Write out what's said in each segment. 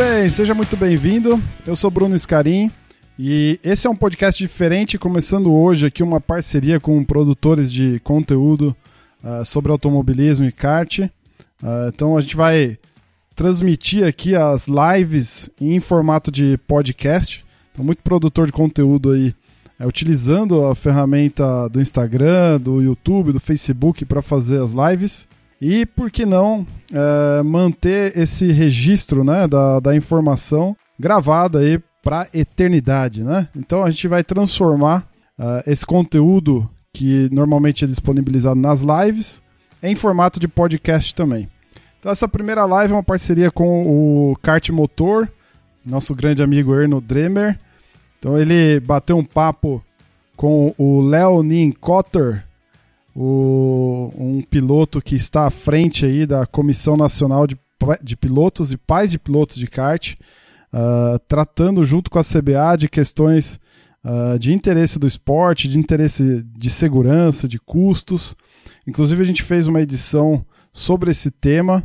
bem, seja muito bem-vindo. Eu sou Bruno Scarin e esse é um podcast diferente, começando hoje aqui uma parceria com produtores de conteúdo sobre automobilismo e kart. Então a gente vai transmitir aqui as lives em formato de podcast. Então, muito produtor de conteúdo aí utilizando a ferramenta do Instagram, do YouTube, do Facebook para fazer as lives. E por que não manter esse registro, né, da informação gravada aí para a eternidade, né? Então a gente vai transformar esse conteúdo que normalmente é disponibilizado nas lives em formato de podcast também. Então essa primeira live é uma parceria com o Kart Motor, nosso grande amigo Erno Dremer. Então ele bateu um papo com o Léo Nienkotter, um piloto que está à frente aí da Comissão Nacional de Pilotos e Pais de Pilotos de Kart, tratando junto com a CBA de questões de interesse do esporte, de interesse de segurança, de custos. Inclusive a gente fez uma edição sobre esse tema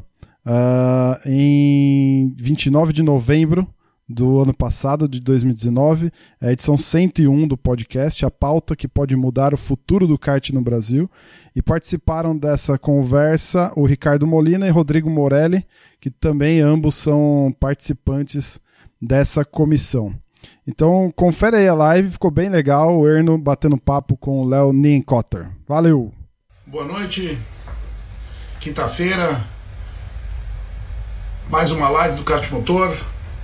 em 29 de novembro do ano passado, de 2019, a edição 101 do podcast, a pauta que pode mudar o futuro do kart no Brasil. E participaram dessa conversa o Ricardo Molina e Rodrigo Morelli, que também ambos são participantes dessa comissão. Então confere aí a live, ficou bem legal, o Erno batendo papo com o Léo Nienkotter. Valeu! Boa noite, quinta-feira, mais uma live do Kart Motor.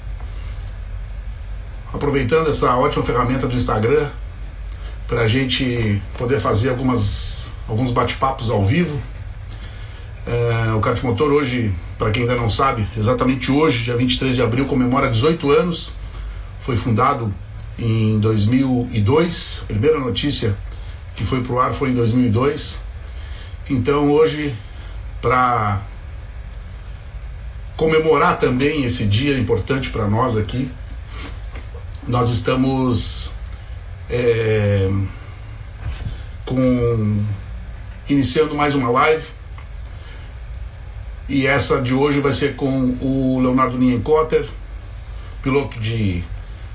Aproveitando essa ótima ferramenta do Instagram para a gente poder fazer alguns bate-papos ao vivo. O Kart Motor hoje, para quem ainda não sabe, exatamente hoje, dia 23 de abril, comemora 18 anos. Foi fundado em 2002, a primeira notícia que foi pro ar foi em 2002. Então hoje, para comemorar também esse dia importante para nós aqui, nós estamos iniciando mais uma live, e essa de hoje vai ser com o Leonardo Nienkotter, piloto de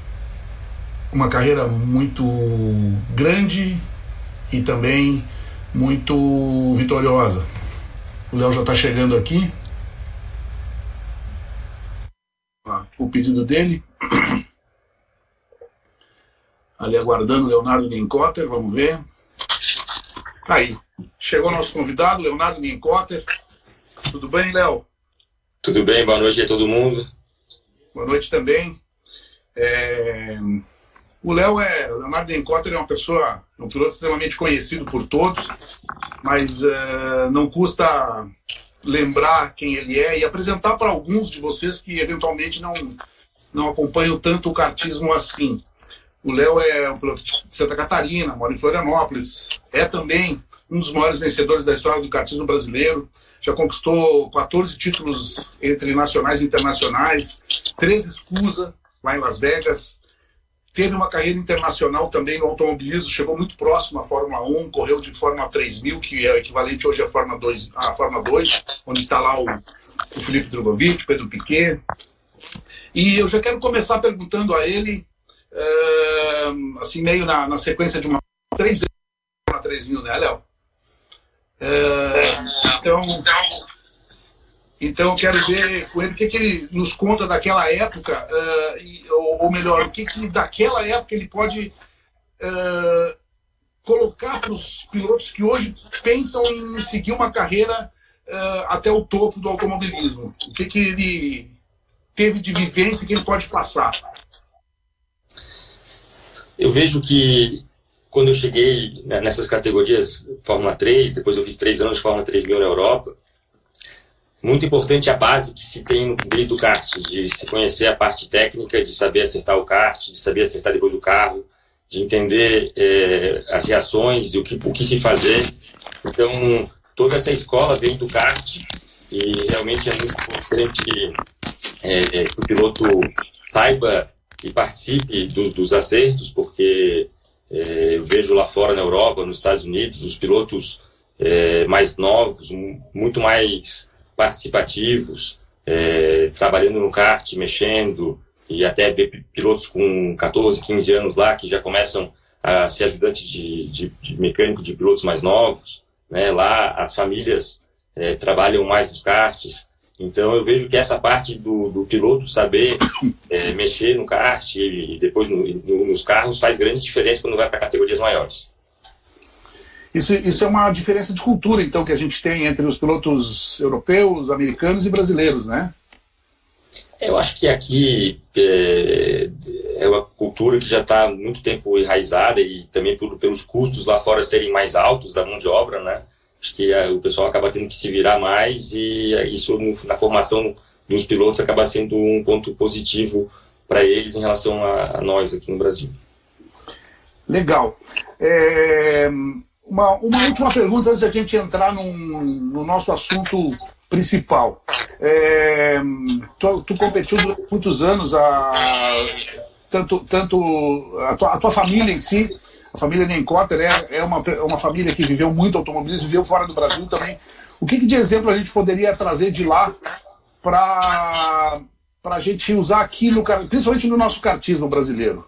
uma carreira muito grande e também muito vitoriosa. O Léo já está chegando aqui, o pedido dele. Ali aguardando o Leonardo Nienkotter, vamos ver. Tá aí. Chegou nosso convidado, Leonardo Nienkotter. Tudo bem, Léo? Tudo bem, boa noite a todo mundo. Boa noite também. O Leonardo Nienkotter é um piloto extremamente conhecido por todos, mas não custa lembrar quem ele é e apresentar para alguns de vocês que eventualmente não acompanham tanto o kartismo assim. O Léo é um piloto de Santa Catarina, mora em Florianópolis, é também um dos maiores vencedores da história do kartismo brasileiro, já conquistou 14 títulos entre nacionais e internacionais, 13 SCUSA lá em Las Vegas, teve uma carreira internacional também no automobilismo, chegou muito próximo à Fórmula 1, correu de Fórmula 3000, que é o equivalente hoje à Fórmula 2, onde está lá o Felipe Drogovic, o Pedro Piquet. E eu já quero começar perguntando a ele, assim, meio na sequência de 3 anos na 3000, né, Léo? Então quero ver com ele o que ele nos conta daquela época, ou melhor, o que daquela época ele pode colocar para os pilotos que hoje pensam em seguir uma carreira até o topo do automobilismo. O que ele teve de vivência que ele pode passar? Eu vejo que quando eu cheguei nessas categorias Fórmula 3, depois eu fiz 3 anos de Fórmula 3000 na Europa, muito importante a base que se tem desde o kart, de se conhecer a parte técnica, de saber acertar o kart, de saber acertar depois o carro, de entender as reações e o que se fazer. Então, toda essa escola vem do kart e realmente é muito importante que o piloto saiba e participe dos acertos, porque eu vejo lá fora na Europa, nos Estados Unidos, os pilotos mais novos, muito mais participativos, trabalhando no kart, mexendo, e até ver pilotos com 14, 15 anos lá que já começam a ser ajudantes de mecânico de pilotos mais novos, né? Lá as famílias trabalham mais nos karts. Então eu vejo que essa parte do piloto saber mexer no kart e depois nos carros faz grande diferença quando vai para categorias maiores. Isso é uma diferença de cultura, então, que a gente tem entre os pilotos europeus, americanos e brasileiros, né? Eu acho que aqui é uma cultura que já está há muito tempo enraizada e também pelos custos lá fora serem mais altos da mão de obra, né? Acho que o pessoal acaba tendo que se virar mais e isso na formação dos pilotos acaba sendo um ponto positivo para eles em relação a nós aqui no Brasil. Legal. Uma última pergunta antes da gente entrar no nosso assunto principal. Tu competiu durante muitos anos, tanto a tua família em si, a família Nenkotter é uma família que viveu muito automobilismo, viveu fora do Brasil também. O que de exemplo a gente poderia trazer de lá para a gente usar aqui, principalmente no nosso kartismo brasileiro?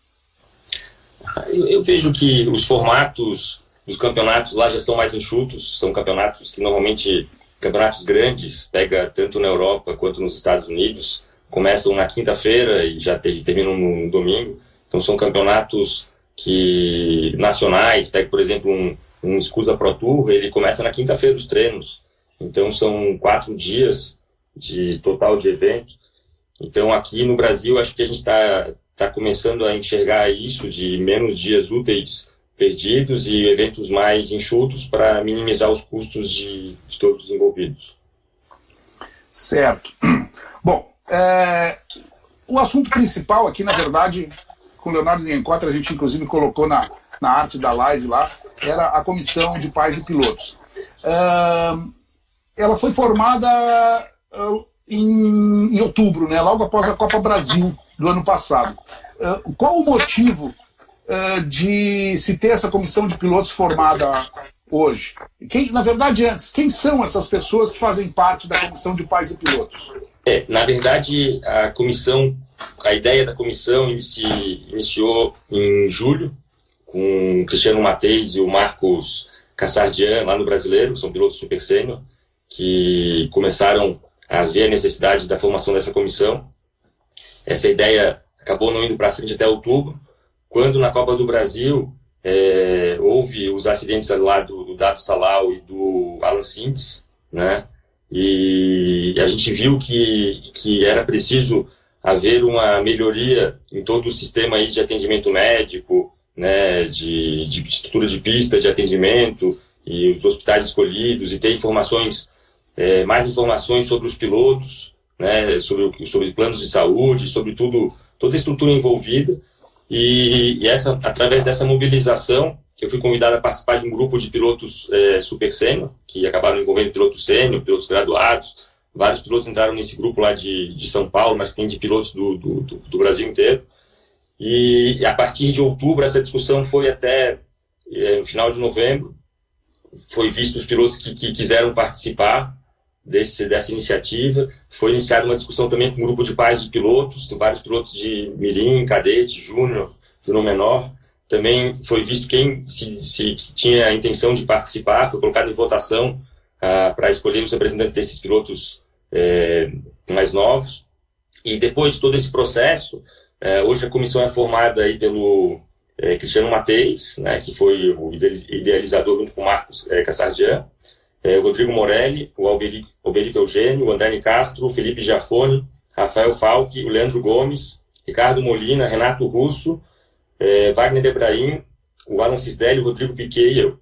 Eu vejo que os formatos dos campeonatos lá já são mais enxutos, são campeonatos que normalmente, campeonatos grandes, pega tanto na Europa quanto nos Estados Unidos, começam na quinta-feira e já terminam no domingo. Então são campeonatos nacionais, pega por exemplo um Scusa Pro Tour, ele começa na quinta-feira dos treinos. Então são 4 dias de total de evento. Então aqui no Brasil acho que a gente está começando a enxergar isso de menos dias úteis perdidos e eventos mais enxutos para minimizar os custos de todos os envolvidos. Certo. Bom, o assunto principal aqui, na verdade, com o Leonardo Nenkotter, a gente inclusive colocou na arte da live lá, era a Comissão de Pais e Pilotos. Ela foi formada em outubro, né, logo após a Copa Brasil do ano passado. Qual o motivo de se ter essa comissão de pilotos formada hoje? Na verdade, antes, quem são essas pessoas que fazem parte da comissão de pais e pilotos? Na verdade, a ideia da comissão iniciou em julho, com o Cristiano Mateis e o Marcos Cassardian, lá no Brasileiro, são pilotos super sênior, que começaram a ver a necessidade da formação dessa comissão. Essa ideia acabou não indo para frente até outubro, quando na Copa do Brasil houve os acidentes lá do Dato Salal e do Alan Sintz, né? E a gente viu que era preciso haver uma melhoria em todo o sistema aí de atendimento médico, né? De estrutura de pista de atendimento e os hospitais escolhidos, e ter mais informações sobre os pilotos, né? Sobre planos de saúde, sobre toda a estrutura envolvida. E através dessa mobilização, eu fui convidado a participar de um grupo de pilotos super sênior, que acabaram envolvendo pilotos sênior, pilotos graduados. Vários pilotos entraram nesse grupo lá de São Paulo, mas que tem de pilotos do Brasil inteiro. E a partir de outubro, essa discussão foi até no final de novembro. Foi visto os pilotos que quiseram participar dessa iniciativa. Foi iniciada uma discussão também com um grupo de pais de pilotos, vários pilotos de mirim, cadete, júnior menor. Também foi visto quem se tinha a intenção de participar, foi colocado em votação para escolher os representantes desses pilotos mais novos. E depois de todo esse processo, hoje a comissão é formada aí pelo Cristiano Mateis, né, que foi o idealizador junto com o Marcos Cassardian, o Rodrigo Morelli, o Alberico Eugênio, o André Castro, o Felipe Giafone, Rafael Falque, o Leandro Gomes, Ricardo Molina, Renato Russo, Wagner Ebrahim, o Alan Cisdelli, o Rodrigo Piquet e eu.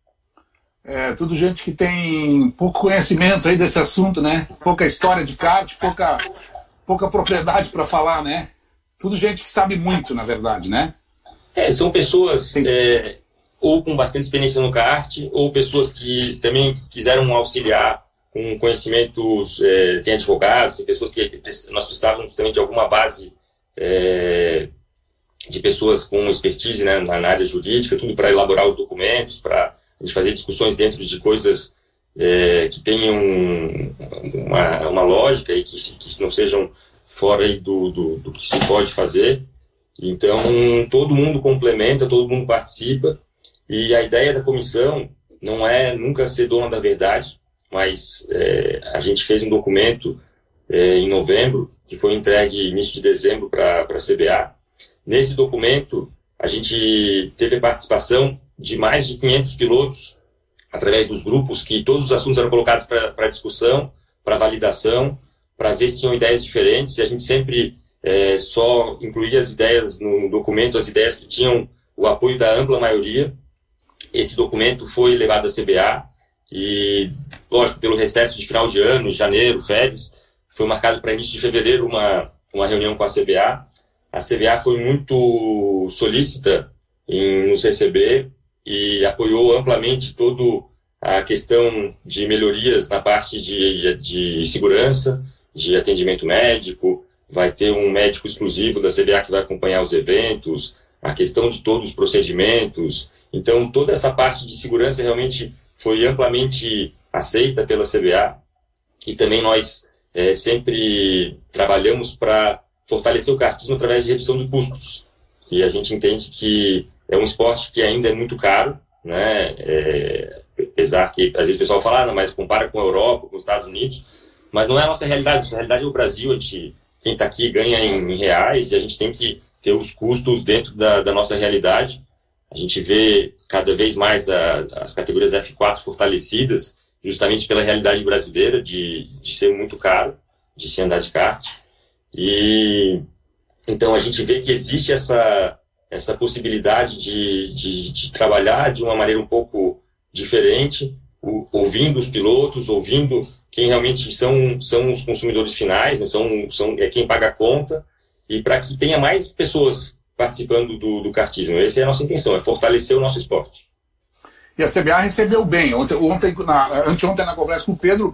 Tudo gente que tem pouco conhecimento aí desse assunto, né? Pouca história de kart, pouca propriedade para falar, né? Tudo gente que sabe muito, na verdade, né? São pessoas ou com bastante experiência no kart, ou pessoas que também quiseram auxiliar com conhecimentos, tem advogados, tem pessoas que nós precisávamos também de alguma base de pessoas com expertise, né, na área jurídica, tudo para elaborar os documentos, para a gente fazer discussões dentro de coisas que tenham uma lógica e que não sejam fora aí do que se pode fazer. Então, todo mundo complementa, todo mundo participa, e a ideia da comissão não é nunca ser dona da verdade, mas a gente fez um documento em novembro, que foi entregue início de dezembro para a CBA. Nesse documento, a gente teve a participação de mais de 500 pilotos, através dos grupos, que todos os assuntos eram colocados para discussão, para validação, para ver se tinham ideias diferentes, e a gente sempre só incluía as ideias no documento, as ideias que tinham o apoio da ampla maioria. Esse documento foi levado à CBA e, lógico, pelo recesso de final de ano, em janeiro, férias, foi marcado para início de fevereiro uma reunião com a CBA. A CBA foi muito solícita em nos receber e apoiou amplamente toda a questão de melhorias na parte de segurança, de atendimento médico. Vai ter um médico exclusivo da CBA que vai acompanhar os eventos, a questão de todos os procedimentos. Então, toda essa parte de segurança realmente foi amplamente aceita pela CBA. E também nós sempre trabalhamos para fortalecer o kartismo através de redução de custos. E a gente entende que é um esporte que ainda é muito caro, né? Apesar que às vezes o pessoal fala, não, mas compara com a Europa, com os Estados Unidos, mas não é a nossa realidade. A nossa realidade é o Brasil. Quem está aqui ganha em reais, e a gente tem que ter os custos dentro da nossa realidade. A gente vê cada vez mais as categorias F4 fortalecidas, justamente pela realidade brasileira de ser muito caro, de se andar de kart. E então a gente vê que existe essa possibilidade de trabalhar de uma maneira um pouco diferente, ouvindo os pilotos, ouvindo quem realmente são os consumidores finais, né? É quem paga a conta, e para que tenha mais pessoas participando do kartismo. Essa é a nossa intenção, é fortalecer o nosso esporte. E a CBA recebeu bem. Anteontem na conversa com o Pedro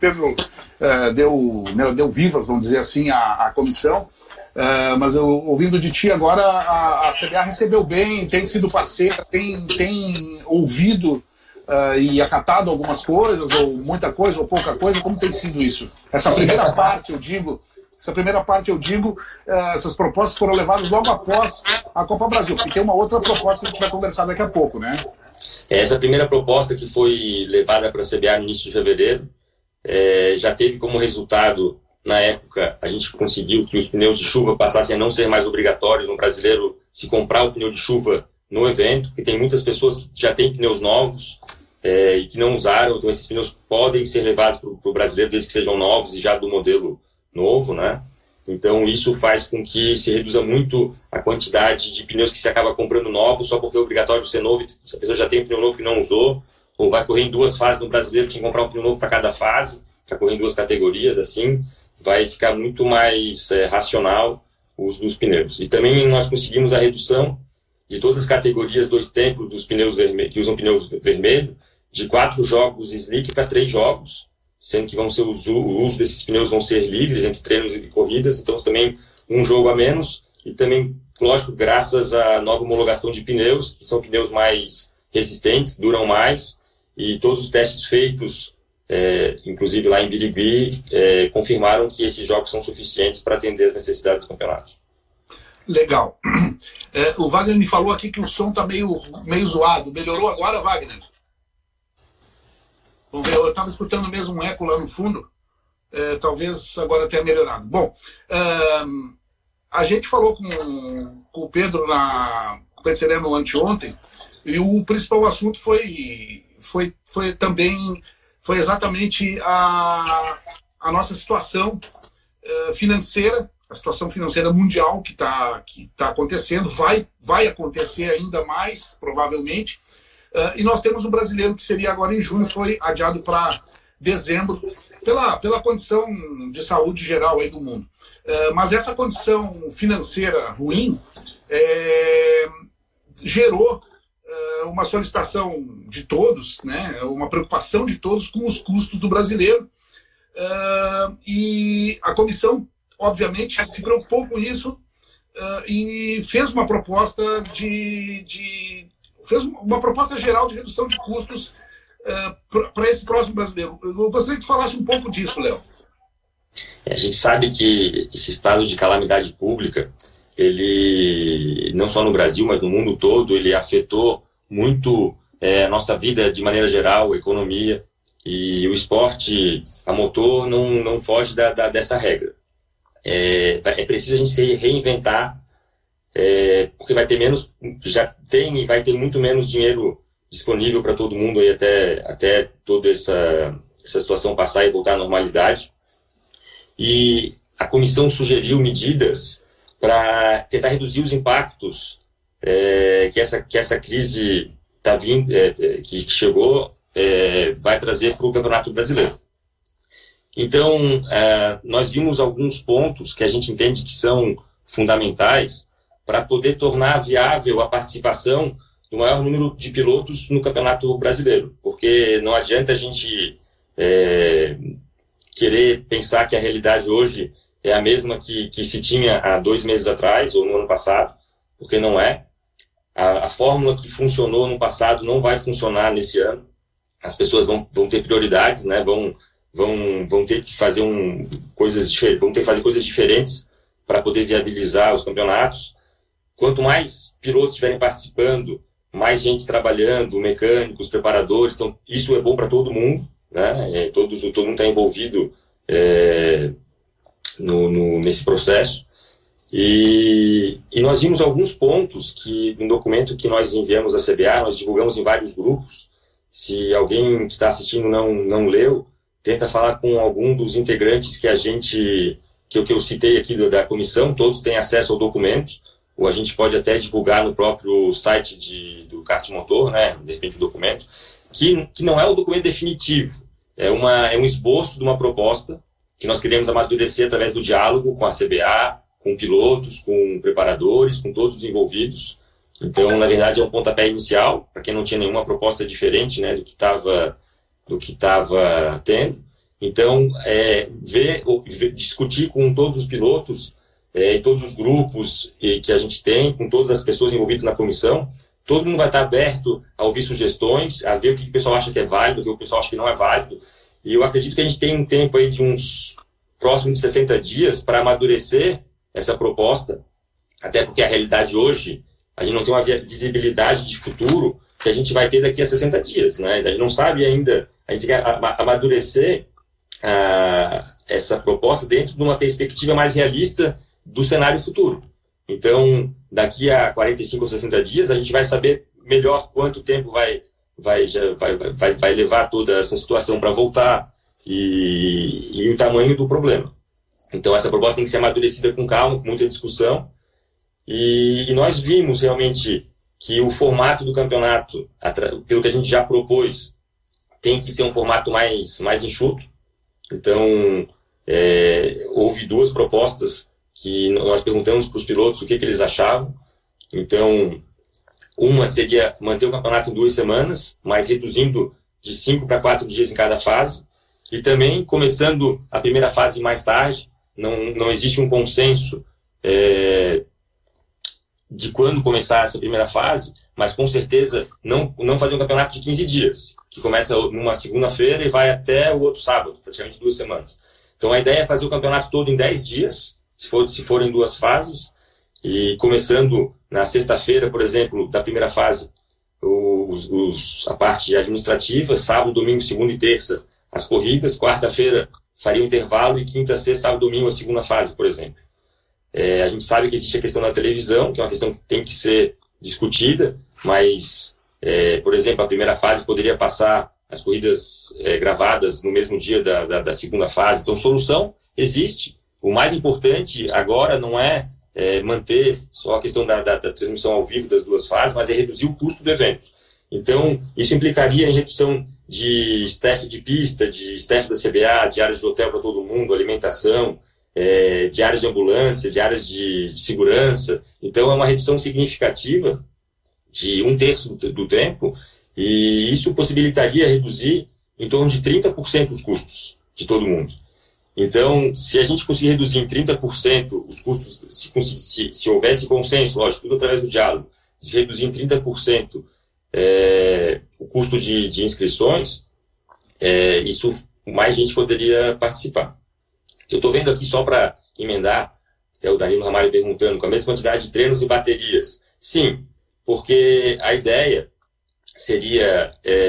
deu vivas, vamos dizer assim, à comissão. Mas ouvindo de ti agora, a CBA recebeu bem, tem sido parceira, tem ouvido e acatado algumas coisas, ou muita coisa, ou pouca coisa. Como tem sido isso? Essa primeira parte, eu digo, essas propostas foram levadas logo após a Copa Brasil, porque tem uma outra proposta que a gente vai conversar daqui a pouco, né? Essa primeira proposta que foi levada para a CBA no início de fevereiro já teve como resultado, na época, a gente conseguiu que os pneus de chuva passassem a não ser mais obrigatórios no brasileiro se comprar o pneu de chuva no evento, porque tem muitas pessoas que já têm pneus novos e que não usaram, então esses pneus podem ser levados para o brasileiro desde que sejam novos e já do modelo novo, né? Então isso faz com que se reduza muito a quantidade de pneus que se acaba comprando novos só porque é obrigatório ser novo, se a pessoa já tem um pneu novo que não usou, ou vai correr em 2 fases no brasileiro, tem que comprar um pneu novo para cada fase, para correr em 2 categorias, assim, vai ficar muito mais racional o uso dos pneus. E também nós conseguimos a redução de todas as categorias 2 tempos dos pneus que usam pneus vermelhos, de 4 jogos slick para 3 jogos, sendo que o uso desses pneus vão ser livres entre treinos e corridas, então também um jogo a menos, e também, lógico, graças à nova homologação de pneus, que são pneus mais resistentes, duram mais, e todos os testes feitos, inclusive lá em Birigui, confirmaram que esses jogos são suficientes para atender as necessidades do campeonato. Legal. O Wagner me falou aqui que o som está meio zoado. Melhorou agora, Wagner? Vamos ver, eu estava escutando mesmo um eco lá no fundo. Talvez agora tenha melhorado. Bom, a gente falou com o Pedro Sereno anteontem, e o principal assunto foi exatamente a nossa situação financeira, a situação financeira mundial que tá acontecendo, vai acontecer ainda mais, provavelmente. E nós temos um brasileiro que seria agora em junho, foi adiado para dezembro, pela condição de saúde geral aí do mundo. Mas essa condição financeira ruim gerou uma solicitação de todos, né, uma preocupação de todos com os custos do brasileiro. E a comissão, obviamente, se preocupou com isso e fez uma proposta fez uma proposta geral de redução de custos para esse próximo brasileiro. Eu gostaria que tu falasse um pouco disso, Léo. A gente sabe que esse estado de calamidade pública, ele, não só no Brasil, mas no mundo todo, ele afetou muito a nossa vida de maneira geral, a economia, e o esporte a motor não foge dessa regra. É preciso a gente se reinventar, porque vai ter menos, já tem e vai ter muito menos dinheiro disponível para todo mundo aí até toda essa situação passar e voltar à normalidade. E a comissão sugeriu medidas para tentar reduzir os impactos que essa crise tá vindo, que chegou, vai trazer para o Campeonato Brasileiro. Então, nós vimos alguns pontos que a gente entende que são fundamentais para poder tornar viável a participação do maior número de pilotos no Campeonato Brasileiro, porque não adianta a gente querer pensar que a realidade hoje é a mesma que se tinha há 2 meses atrás ou no ano passado, porque não é. A fórmula que funcionou no passado não vai funcionar nesse ano. As pessoas vão ter prioridades, né? Vão ter que fazer coisas diferentes para poder viabilizar os campeonatos. Quanto mais pilotos estiverem participando, mais gente trabalhando, mecânicos, preparadores, então isso é bom para todo mundo, né? Todo mundo está envolvido nesse processo. E nós vimos alguns pontos que, no documento que nós enviamos à CBA, nós divulgamos em vários grupos. Se alguém que está assistindo não leu, tenta falar com algum dos integrantes que eu citei aqui da comissão, todos têm acesso ao documento, ou a gente pode até divulgar no próprio site do kart motor, né, de repente o documento, que não é o documento definitivo, é um esboço de uma proposta que nós queremos amadurecer através do diálogo com a CBA, com pilotos, com preparadores, com todos os envolvidos. Então, na verdade, é um pontapé inicial, para quem não tinha nenhuma proposta diferente, né, do que estava tendo. Então, discutir com todos os pilotos, em todos os grupos que a gente tem, com todas as pessoas envolvidas na comissão, todo mundo vai estar aberto a ouvir sugestões, a ver o que o pessoal acha que é válido, o que o pessoal acha que não é válido. E eu acredito que a gente tem um tempo aí de uns próximos de 60 dias para amadurecer essa proposta, até porque a realidade hoje, a gente não tem uma visibilidade de futuro que a gente vai ter daqui a 60 dias, né? A gente não sabe ainda, a gente quer amadurecer essa proposta dentro de uma perspectiva mais realista do cenário futuro. Então, daqui a 45 ou 60 dias, a gente vai saber melhor quanto tempo vai levar toda essa situação para voltar e o tamanho do problema. Então, essa proposta tem que ser amadurecida com calma, com muita discussão. E nós vimos realmente que o formato do campeonato, pelo que a gente já propôs, tem que ser um formato mais enxuto. Então, houve 2 propostas que nós perguntamos para os pilotos o que eles achavam. Então, uma seria manter o campeonato em 2 semanas, mas reduzindo de 5 para 4 dias em cada fase. E também começando a primeira fase mais tarde. Não existe um consenso de quando começar essa primeira fase, mas com certeza não fazer um campeonato de 15 dias, que começa numa segunda-feira e vai até o outro sábado, praticamente 2 semanas. Então a ideia é fazer o campeonato todo em 10 dias, se for em 2 fases, e começando na sexta-feira, por exemplo, da primeira fase, a parte administrativa, sábado, domingo, segunda e terça, as corridas, quarta-feira faria um intervalo e quinta, sexta, sábado, domingo a segunda fase, por exemplo. A gente sabe que existe a questão da televisão, que é uma questão que tem que ser discutida, mas, por exemplo, a primeira fase poderia passar as corridas gravadas no mesmo dia da segunda fase. Então, solução existe. O mais importante agora não é manter só a questão da transmissão ao vivo das 2 fases, mas é reduzir o custo do evento. Então, isso implicaria em redução de staff de pista, de staff da CBA, de áreas de hotel para todo mundo, alimentação, de áreas de ambulância, de áreas de segurança. Então, é uma redução significativa de 1/3 do tempo, e isso possibilitaria reduzir em torno de 30% os custos de todo mundo. Então, se a gente conseguir reduzir em 30% os custos, se houvesse consenso, lógico, tudo através do diálogo, se reduzir em 30% o custo de inscrições, isso mais gente poderia participar. Eu estou vendo aqui só para emendar, até o Danilo Ramalho perguntando, com a mesma quantidade de treinos e baterias. Sim, porque a ideia seria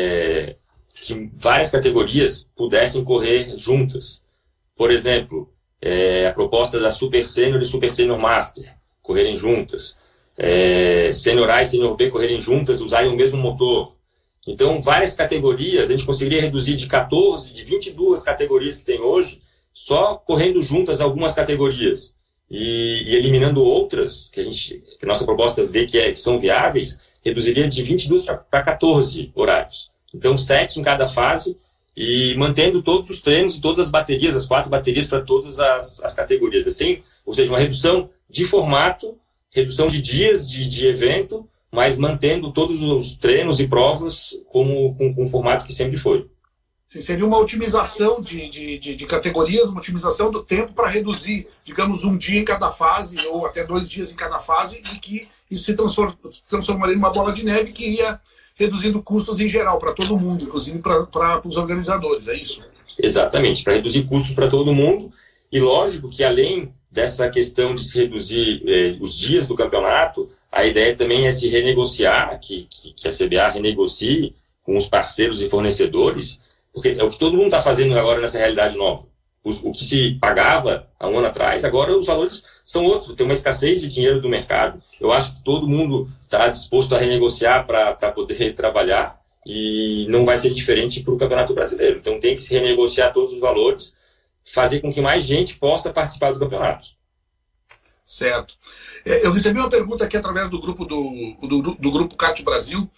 que várias categorias pudessem correr juntas. Por exemplo, a proposta da Super Sênior e Super Sênior Master correrem juntas. Sênior A e Sênior B correrem juntas, usarem o mesmo motor. Então, várias categorias, a gente conseguiria reduzir de 14, de 22 categorias que tem hoje, só correndo juntas algumas categorias e eliminando outras, que a nossa proposta vê que são viáveis, reduziria de 22 para 14 horários. Então, 7 em cada fase e mantendo todos os treinos e todas as baterias, as 4 baterias para todas as categorias. Assim, ou seja, uma redução de formato, redução de dias de evento, mas mantendo todos os treinos e provas com o formato que sempre foi. Sim, seria uma otimização de categorias, uma otimização do tempo para reduzir, digamos, um dia em cada fase, ou até 2 dias em cada fase, e que isso se transformaria em uma bola de neve que ia reduzindo custos em geral para todo mundo, inclusive para os organizadores, é isso? Exatamente, para reduzir custos para todo mundo. E lógico que além dessa questão de se reduzir os dias do campeonato, a ideia também é se renegociar, que a CBA renegocie com os parceiros e fornecedores, porque é o que todo mundo está fazendo agora nessa realidade nova. O que se pagava há um ano atrás, agora os valores são outros, tem uma escassez de dinheiro do mercado. Eu acho que todo mundo está disposto a renegociar para poder trabalhar e não vai ser diferente para o Campeonato Brasileiro. Então tem que se renegociar todos os valores, fazer com que mais gente possa participar do campeonato. Certo. Eu recebi uma pergunta aqui através do grupo do Grupo Kart Brasil.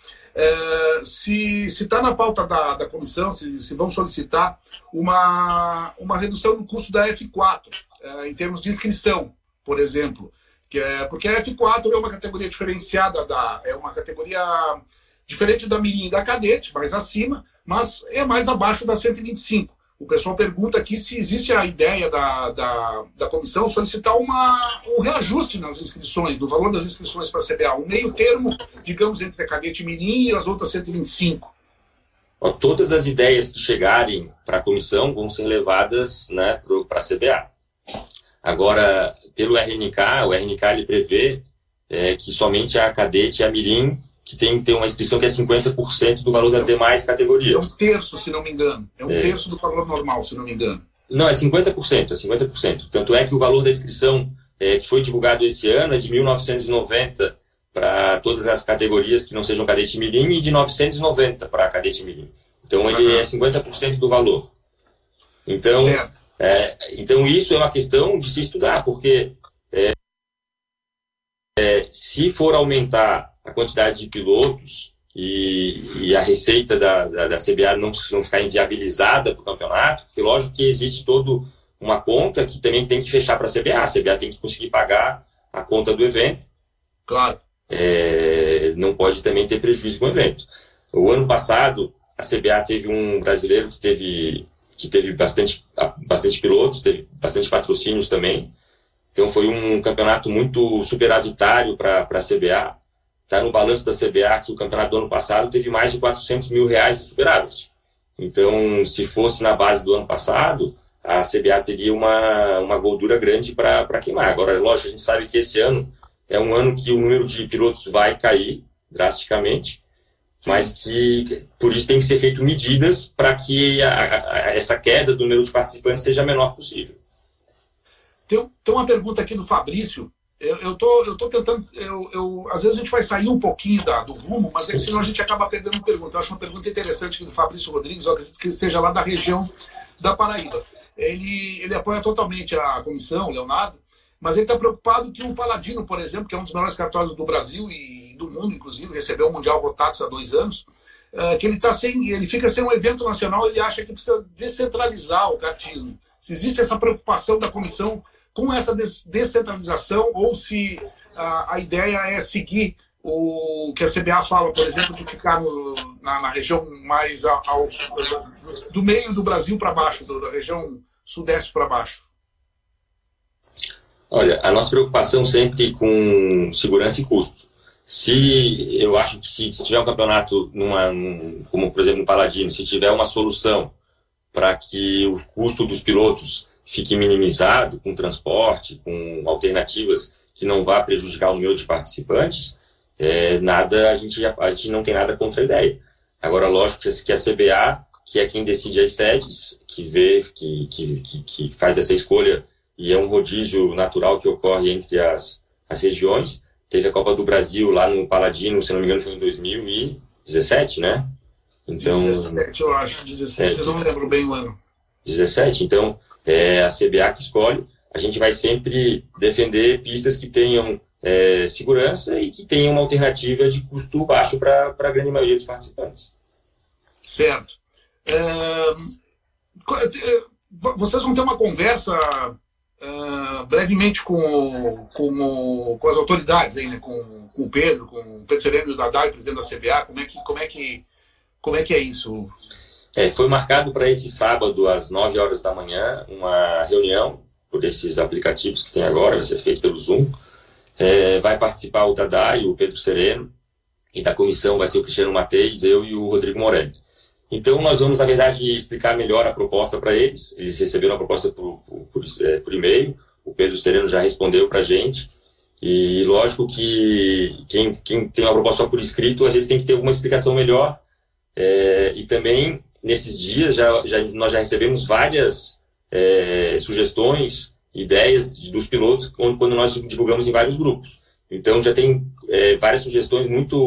Se está na pauta da comissão, se vão solicitar uma redução do custo da F4, em termos de inscrição, por exemplo. Porque a F4 é uma categoria diferenciada, é uma categoria diferente da Mirim e da Cadete, mais acima, mas é mais abaixo da 125. O pessoal pergunta aqui se existe a ideia da comissão solicitar um reajuste nas inscrições, do valor das inscrições para a CBA, um meio termo, digamos, entre a Cadete Mirim e as outras 125. Todas as ideias que chegarem para a comissão vão ser levadas, né, para a CBA. Agora, pelo RNK, o RNK ele prevê que somente a Cadete e a Mirim que tem que ter uma inscrição que é 50% do valor das demais categorias. É um terço, se não me engano. É um terço do valor normal, se não me engano. Não, é 50%. Tanto é que o valor da inscrição que foi divulgado esse ano é de 1.990 para todas as categorias que não sejam Cadete Mirim e de 990 para a Cadete Mirim. Então, ele é 50% do valor. Então, então, isso é uma questão de se estudar, porque se for aumentar a quantidade de pilotos e a receita da CBA não ficar inviabilizada para o campeonato, porque lógico que existe toda uma conta que também tem que fechar para a CBA. A CBA tem que conseguir pagar a conta do evento. Claro. Não pode também ter prejuízo com o evento. O ano passado, a CBA teve um brasileiro que teve bastante pilotos, teve bastante patrocínios também. Então foi um campeonato muito superavitário para a CBA. Está no balanço da CBA que o campeonato do ano passado teve mais de R$400 mil de superávit. Então, se fosse na base do ano passado, a CBA teria uma gordura grande para queimar. Agora, lógico, a gente sabe que esse ano é um ano que o número de pilotos vai cair drasticamente, mas que por isso tem que ser feito medidas para que essa queda do número de participantes seja a menor possível. Tem uma pergunta aqui do Fabrício. Eu tô tentando. Às vezes a gente vai sair um pouquinho do rumo, mas senão a gente acaba perdendo pergunta. Eu acho uma pergunta interessante aqui do Fabrício Rodrigues, eu acredito que seja lá da região da Paraíba. Ele apoia totalmente a comissão, o Leonardo, mas ele está preocupado que o Paladino, por exemplo, que é um dos melhores cartórios do Brasil e do mundo, inclusive, recebeu o Mundial Rotax há 2 anos, que ele fica sem um evento nacional, ele acha que precisa descentralizar o kartismo. Se existe essa preocupação da comissão com essa descentralização, ou se a ideia é seguir o que a CBA fala, por exemplo, de ficar na região mais do meio do Brasil para baixo, da região sudeste para baixo. Olha, a nossa preocupação sempre com segurança e custo. Eu acho que se tiver um campeonato, como por exemplo no Paladino, se tiver uma solução para que o custo dos pilotos fique minimizado com transporte, com alternativas que não vá prejudicar o número de participantes, a gente não tem nada contra a ideia. Agora, lógico que a CBA, que é quem decide as sedes, que faz essa escolha, e é um rodízio natural que ocorre entre as regiões. Teve a Copa do Brasil lá no Paladino, se não me engano, foi em 2017, né? Então, 17, eu acho, 17, eu não lembro bem o ano. 17, então é a CBA que escolhe. A gente vai sempre defender pistas que tenham segurança e que tenham uma alternativa de custo baixo para a grande maioria dos participantes. Certo. Vocês vão ter uma conversa brevemente com as autoridades aí, né? com o Pedro Sereno e o Dadai, presidente da CBA. Como é que é isso? Foi marcado para esse sábado às 9 horas da manhã uma reunião por esses aplicativos que tem agora, vai ser feito pelo Zoom. Vai participar o Dadai, o Pedro Sereno, e da comissão vai ser o Cristiano Mateis, eu e o Rodrigo Morelli. Então nós vamos, na verdade, explicar melhor a proposta para eles. Eles receberam a proposta por e-mail, o Pedro Sereno já respondeu para a gente, e lógico que quem tem uma proposta só por escrito, às vezes tem que ter alguma explicação melhor, e também, nesses dias, nós já recebemos várias sugestões, ideias dos pilotos quando nós divulgamos em vários grupos. Então já tem várias sugestões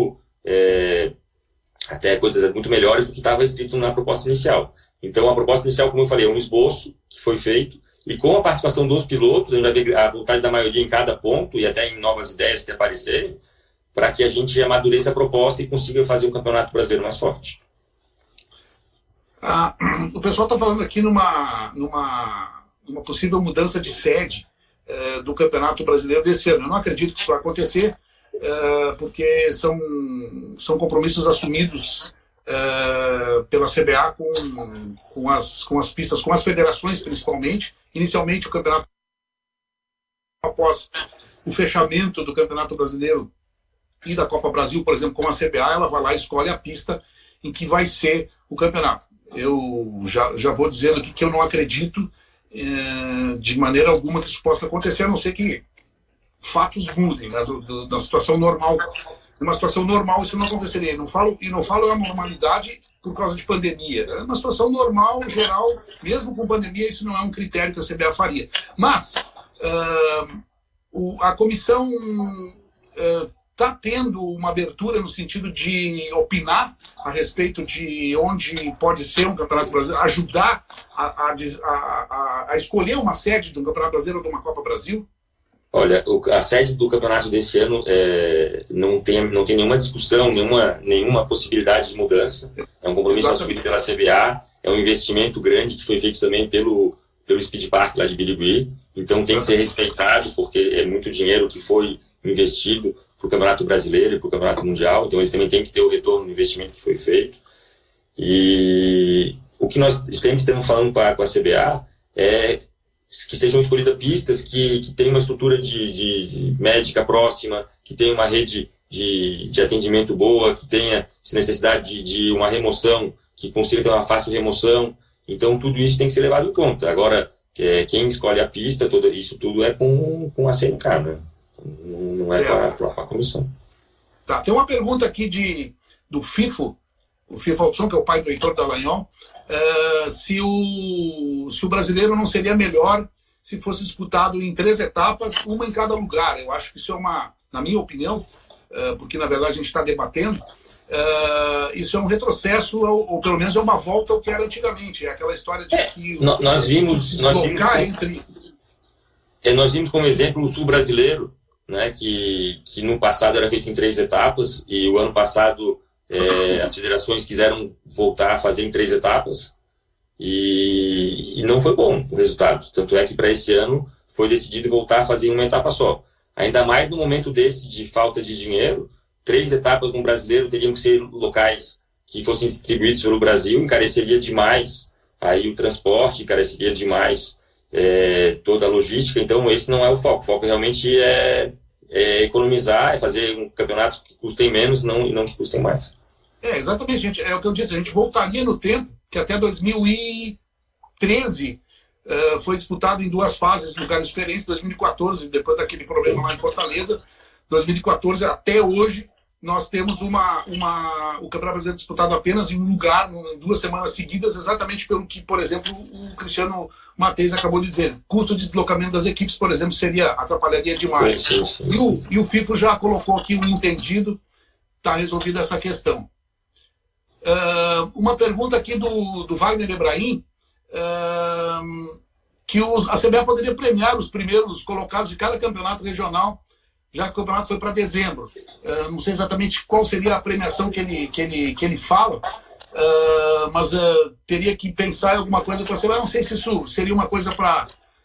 até coisas muito melhores do que estava escrito na proposta inicial. Então a proposta inicial, como eu falei, é um esboço que foi feito, e com a participação dos pilotos, a gente vai ver a vontade da maioria em cada ponto e até em novas ideias que aparecerem, para que a gente amadureça a proposta e consiga fazer um campeonato brasileiro mais forte. O pessoal está falando aqui numa possível mudança de sede do Campeonato Brasileiro desse ano. Eu não acredito que isso vai acontecer, porque são compromissos assumidos pela CBA com as pistas, com as federações principalmente. Inicialmente o campeonato, após o fechamento do Campeonato Brasileiro e da Copa Brasil, por exemplo, com a CBA, ela vai lá e escolhe a pista em que vai ser o campeonato. Eu já vou dizendo aqui que eu não acredito de maneira alguma que isso possa acontecer, a não ser que fatos mudem. Na situação normal, numa situação normal isso não aconteceria. Não falo a normalidade por causa de pandemia. Numa situação normal, geral, mesmo com pandemia, isso não é um critério que a CBA faria. Mas a comissão está tendo uma abertura no sentido de opinar a respeito de onde pode ser um Campeonato Brasileiro, ajudar a escolher uma sede de um Campeonato Brasileiro ou de uma Copa Brasil? Olha, a sede do campeonato desse ano não tem nenhuma discussão, nenhuma possibilidade de mudança. É um compromisso assumido pela CBA, é um investimento grande que foi feito também pelo Speed Park lá de Birigui. Então tem que ser respeitado, porque é muito dinheiro que foi investido para o Campeonato Brasileiro e para o Campeonato Mundial. Então eles também têm que ter o retorno do investimento que foi feito. E o que nós sempre estamos falando com a CBA é que sejam escolhidas pistas que tenham uma estrutura de médica próxima, que tenham uma rede de atendimento boa, que tenha necessidade de uma remoção, que consiga ter uma fácil remoção. Então tudo isso tem que ser levado em conta. Agora, quem escolhe a pista, isso tudo é com a CNK, né? Não é com a comissão. Tá, tem uma pergunta aqui do FIFO, o FIFO Altson, que é o pai do Heitor Dallagnol, se o brasileiro não seria melhor se fosse disputado em 3 etapas, uma em cada lugar. Eu acho que isso na minha opinião, porque na verdade a gente está debatendo, isso é um retrocesso, ou pelo menos é uma volta ao que era antigamente. É aquela história de que nós vimos como exemplo o sul brasileiro, né, que no passado era feito em 3 etapas, e o ano passado as federações quiseram voltar a fazer em 3 etapas, e não foi bom o resultado. Tanto é que para esse ano foi decidido voltar a fazer uma etapa só. Ainda mais no momento desse de falta de dinheiro, 3 etapas no brasileiro teriam que ser locais que fossem distribuídos pelo Brasil, encareceria demais aí o transporte, encareceria demais toda a logística. Então esse não é o foco. O foco realmente é economizar, fazer campeonatos que custem menos e não que custem mais. Exatamente, gente. É o que eu disse, a gente voltaria no tempo, que até 2013 foi disputado em 2 fases, em lugares diferentes, 2014, depois daquele problema lá em Fortaleza, 2014 até hoje, nós temos o Campeonato Brasileiro disputado apenas em um lugar, em 2 semanas seguidas, exatamente pelo que, por exemplo, o Cristiano Matheus acabou de dizer. Custo de deslocamento das equipes, por exemplo, atrapalharia demais. E o FIFA já colocou aqui um entendido, está resolvida essa questão. Uma pergunta aqui do Wagner Ebrahim, que a CBA poderia premiar os primeiros colocados de cada campeonato regional, já que o campeonato foi para dezembro. Não sei exatamente qual seria a premiação que ele fala, mas teria que pensar em alguma coisa para a CBA. Não sei se isso seria uma coisa para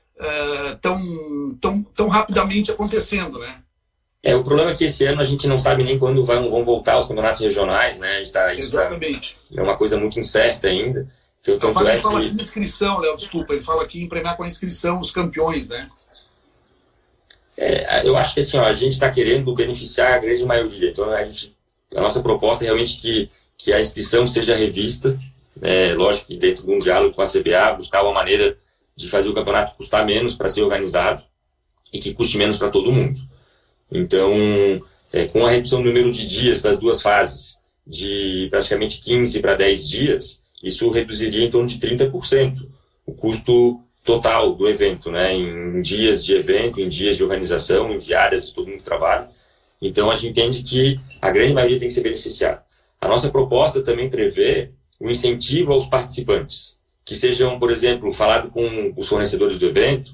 tão rapidamente acontecendo, né? O problema é que esse ano a gente não sabe nem quando vão voltar os campeonatos regionais, né? Exatamente. É uma coisa muito incerta ainda. Então, ele fala aqui em inscrição, Léo, desculpa, ele fala aqui em premiar com a inscrição os campeões, né? Eu acho que assim, a gente está querendo beneficiar a grande maioria. Então, a nossa proposta é realmente que a inscrição seja revista, lógico que dentro de um diálogo com a CBA, buscar uma maneira de fazer o campeonato custar menos para ser organizado e que custe menos para todo mundo. Então, com a redução do número de dias das 2 fases, de praticamente 15 para 10 dias, isso reduziria em torno de 30% o custo total do evento, né? Em dias de evento, em dias de organização, em diárias de todo mundo que trabalha. Então, a gente entende que a grande maioria tem que ser beneficiada. A nossa proposta também prevê o incentivo aos participantes, que sejam, por exemplo, falado com os fornecedores do evento,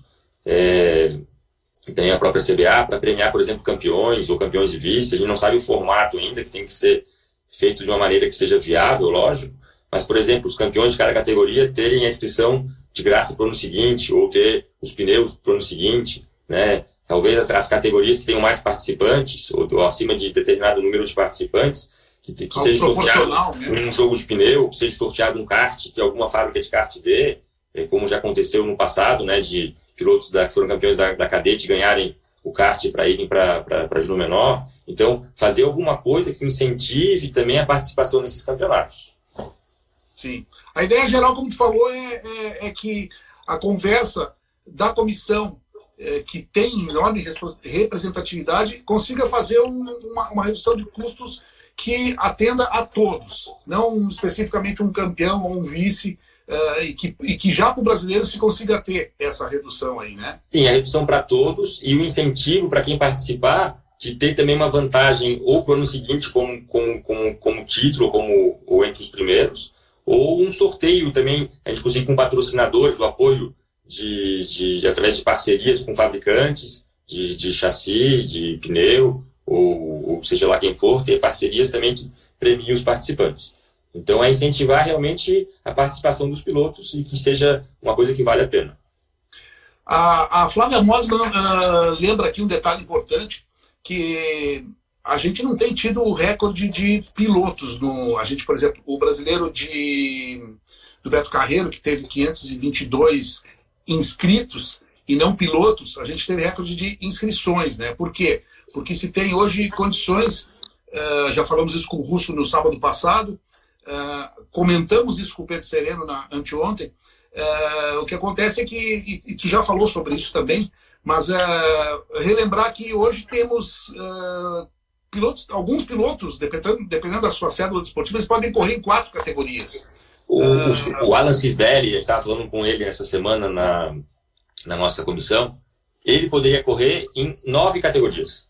tem a própria CBA, para premiar, por exemplo, campeões ou campeões de vice. A gente não sabe o formato ainda, que tem que ser feito de uma maneira que seja viável, lógico, mas, por exemplo, os campeões de cada categoria terem a inscrição de graça para o ano seguinte, ou ter os pneus para o ano seguinte, né? Talvez as categorias que tenham mais participantes, ou acima de determinado número de participantes, que seja sorteado, né, um jogo de pneu, que seja sorteado um kart, que alguma fábrica de kart dê, como já aconteceu no passado, né, de pilotos que foram campeões da cadete ganharem o kart para irem para Júnior Menor. Então, fazer alguma coisa que incentive também a participação nesses campeonatos. Sim. A ideia geral, como tu falou, é que a conversa da comissão, que tem enorme representatividade, consiga fazer uma redução de custos que atenda a todos, não especificamente um campeão ou um vice, e que já para o brasileiro se consiga ter essa redução aí, né? Sim, a redução para todos e o incentivo para quem participar de ter também uma vantagem ou para o ano seguinte como título ou entre os primeiros, ou um sorteio também, a gente conseguir com patrocinadores, o apoio através de parcerias com fabricantes de chassi, de pneu, ou seja lá quem for, ter parcerias também que premiem os participantes. Então é incentivar realmente a participação dos pilotos e que seja uma coisa que vale a pena. A Flávia Mosman lembra aqui um detalhe importante, que a gente não tem tido o recorde de pilotos. A gente, por exemplo, o brasileiro do Beto Carreiro, que teve 522 inscritos e não pilotos, a gente teve recorde de inscrições, né? Por quê? Porque se tem hoje condições, já falamos isso com o Russo no sábado passado, comentamos isso com o Pedro Sereno anteontem, o que acontece é que, e tu já falou sobre isso também, mas relembrar que hoje temos alguns pilotos, dependendo da sua cédula desportiva, eles podem correr em 4 categorias. O Alan Cisdelli, a gente estava falando com ele essa semana na nossa comissão, ele poderia correr em 9 categorias.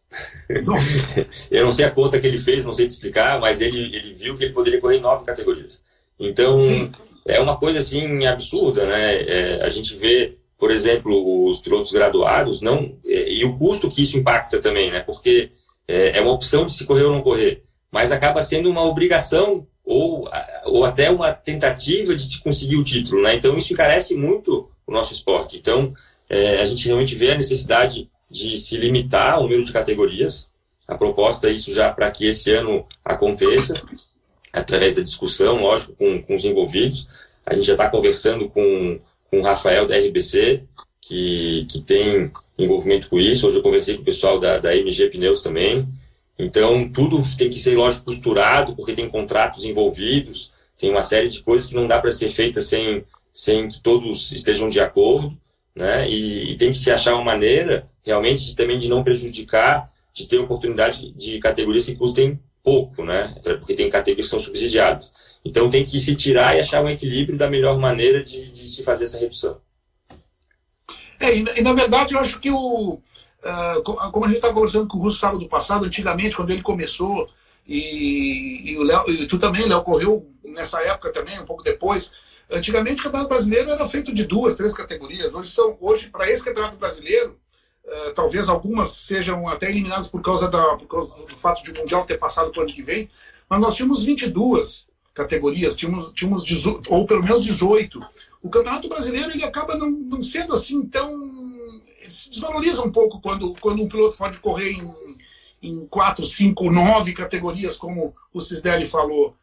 Eu não sei a conta que ele fez, não sei te explicar, mas ele viu que ele poderia correr em 9 categorias. Então, sim, é uma coisa assim absurda, né? A gente vê, por exemplo, os pilotos graduados, e o custo que isso impacta também, né? Porque é uma opção de se correr ou não correr, mas acaba sendo uma obrigação ou até uma tentativa de se conseguir o título, né? Então, isso encarece muito o nosso esporte. Então, a gente realmente vê a necessidade de se limitar ao número de categorias. A proposta é isso já para que esse ano aconteça, através da discussão, lógico, com os envolvidos. A gente já está conversando com o Rafael da RBC, que tem envolvimento com isso. Hoje eu conversei com o pessoal da MG Pneus também. Então, tudo tem que ser, lógico, costurado, porque tem contratos envolvidos, tem uma série de coisas que não dá para ser feita sem que todos estejam de acordo, né? E tem que se achar uma maneira, realmente, também de não prejudicar, de ter oportunidade de categorias que custem pouco, né? Porque tem categorias que são subsidiadas. Então, tem que se tirar e achar um equilíbrio da melhor maneira de se fazer essa redução. E na verdade, eu acho que como a gente estava conversando com o Russo sábado passado, antigamente, quando ele começou, e o Léo, e tu também, Léo, correu nessa época também, um pouco depois. Antigamente o Campeonato Brasileiro era feito de 2, 3 categorias. Hoje para esse Campeonato Brasileiro, talvez algumas sejam até eliminadas por causa do fato de o Mundial ter passado para o ano que vem, mas nós tínhamos 22 categorias, tínhamos 18, ou pelo menos 18. O Campeonato Brasileiro ele acaba não sendo assim tão... Ele se desvaloriza um pouco quando um piloto pode correr em 4, 5, 9 categorias, como o Cisdelli falou.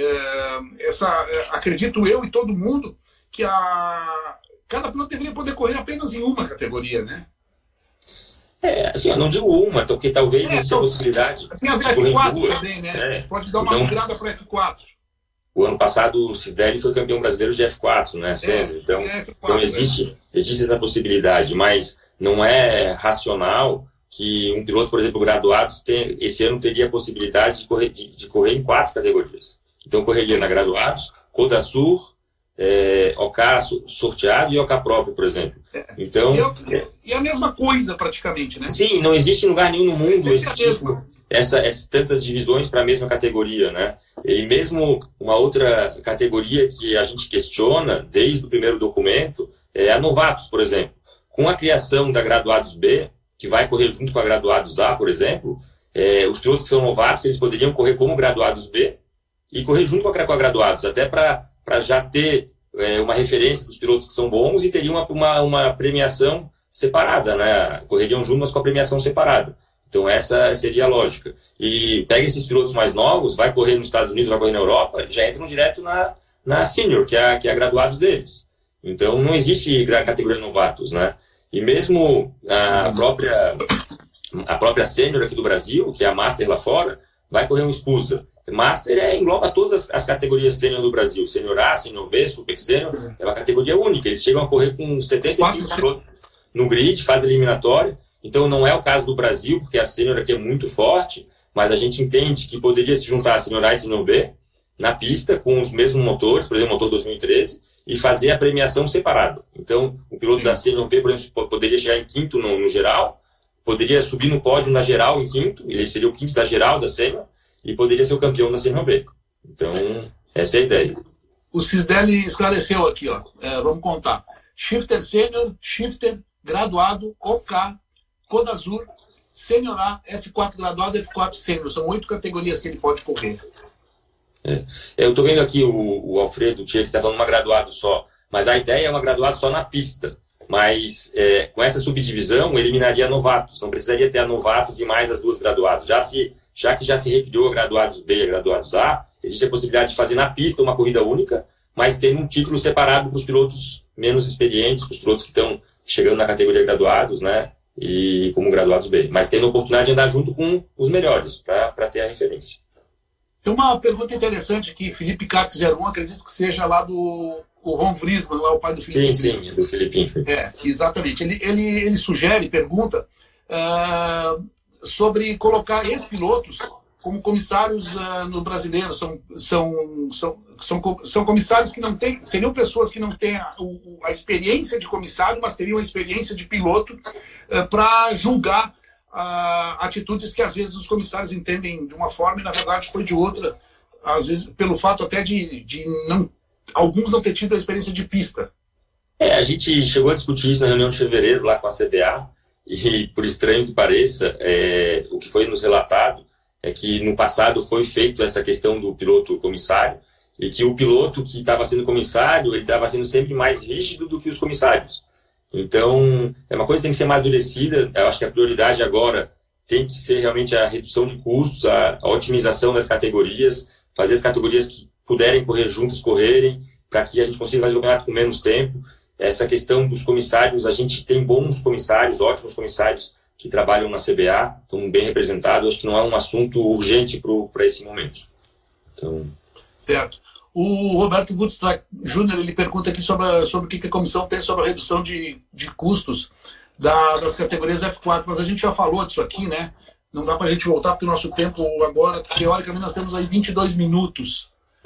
Acredito eu e todo mundo que cada piloto deveria poder correr apenas em uma categoria, né? Assim, eu não digo uma, porque talvez exista a possibilidade. Tem a F4 também, né? Pode dar uma migrada para F4. O ano passado o Cisdelli foi campeão brasileiro de F4, né, Sandro? Então existe essa possibilidade, mas não é racional que um piloto, por exemplo, graduado, esse ano teria a possibilidade de correr em 4 categorias. Então correria na graduados, Codasur, OK sorteado e OK próprio, por exemplo. Então, e a mesma coisa praticamente, né? Sim, não existe em lugar nenhum no mundo essas tantas divisões para a mesma categoria, né? E mesmo uma outra categoria que a gente questiona desde o primeiro documento é a novatos, por exemplo. Com a criação da graduados B, que vai correr junto com a graduados A, por exemplo, os pilotos que são novatos, eles poderiam correr como graduados B e correr junto com a graduados, até para já ter uma referência dos pilotos que são bons e teriam uma premiação separada, né? Correriam junto, mas com a premiação separada. Então essa seria a lógica. E pega esses pilotos mais novos, vai correr nos Estados Unidos, vai correr na Europa, já entram direto na senior, que é a graduados deles. Então não existe categoria de novatos, né? E mesmo a própria sênior aqui do Brasil, que é a Master lá fora, vai correr um SPUSA. Master engloba todas as categorias sênior do Brasil. Sênior A, Sênior B, Super Sênior, é uma categoria única. Eles chegam a correr com 75 pilotos no grid, fase eliminatória. Então não é o caso do Brasil, porque a sênior aqui é muito forte, mas a gente entende que poderia se juntar a Sênior A e Sênior B na pista com os mesmos motores, por exemplo, o motor 2013, e fazer a premiação separada. Então, o piloto da Sênior B, por exemplo, poderia chegar em quinto no geral, poderia subir no pódio na geral em quinto, ele seria o quinto da geral da Sênior, e poderia ser o campeão da Sênior B. Então, essa é a ideia. O Cisdelli esclareceu aqui, ó. Vamos contar. Shifter Sênior, Shifter, Graduado, OK, Codasur, Sênior A, F4 Graduado, F4 Sênior. São 8 categorias que ele pode correr. Eu estou vendo aqui o Alfredo Tia, que está falando uma graduado só, mas a ideia é uma graduado só na pista. Mas com essa subdivisão, eliminaria novatos. Não precisaria ter a novatos e mais as 2 graduados. Já que já se recriou a graduados B e a graduados A, existe a possibilidade de fazer na pista uma corrida única, mas tendo um título separado para os pilotos menos experientes, para os pilotos que estão chegando na categoria graduados, né? E como graduados B. Mas tendo a oportunidade de andar junto com os melhores, para ter a referência. Tem uma pergunta interessante aqui, Felipe Cato 01, acredito que seja lá do Ron Vriesman, lá o pai do Felipe. Sim, é do Felipinho. Exatamente. Ele sugere, pergunta sobre colocar ex-pilotos como comissários no brasileiro. São comissários que não têm, seriam pessoas que não têm a experiência de comissário, mas teriam a experiência de piloto para julgar atitudes que às vezes os comissários entendem de uma forma e na verdade foi de outra, às vezes pelo fato até de alguns não ter tido a experiência de pista. A gente chegou a discutir isso na reunião de fevereiro lá com a CBA e, por estranho que pareça, o que foi nos relatado é que no passado foi feito essa questão do piloto comissário e que o piloto que estava sendo comissário, ele estava sendo sempre mais rígido do que os comissários. Então, é uma coisa que tem que ser amadurecida. Eu acho que a prioridade agora tem que ser realmente a redução de custos, a otimização das categorias, fazer as categorias que puderem correr juntas correrem, para que a gente consiga fazer o campeonato com menos tempo. essa questão dos comissários, a gente tem bons comissários, ótimos comissários que trabalham na CBA, estão bem representados, acho que não é um assunto urgente para esse momento. Então... Certo. O Roberto Gutstrack Jr. ele pergunta aqui sobre o que a comissão pensa sobre a redução de custos das categorias F4, mas a gente já falou disso aqui, né? Não dá para a gente voltar, porque o nosso tempo agora, teoricamente, nós temos aí 22 minutos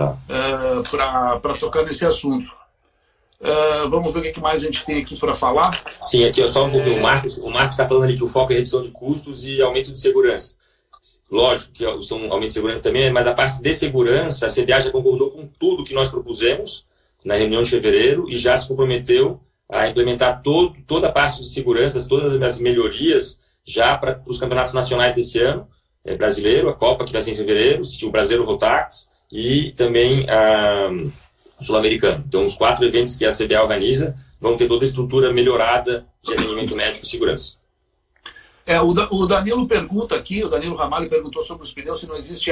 para tocar nesse assunto. Vamos ver o que mais a gente tem aqui para falar. Sim, aqui só um pouquinho. O Marcos está falando ali que o foco é redução de custos e aumento de segurança. Lógico que são aumento de segurança também, mas a parte de segurança, a CBA já concordou com tudo que nós propusemos na reunião de fevereiro e já se comprometeu a implementar toda a parte de segurança, todas as melhorias já para os campeonatos nacionais desse ano, brasileiro, a Copa que vai ser em fevereiro, o Brasileiro Rotax e também o Sul-Americano. Então, os 4 eventos que a CBA organiza vão ter toda a estrutura melhorada de atendimento médico e segurança. O Danilo pergunta aqui, o Danilo Ramalho perguntou sobre os pneus, se não existe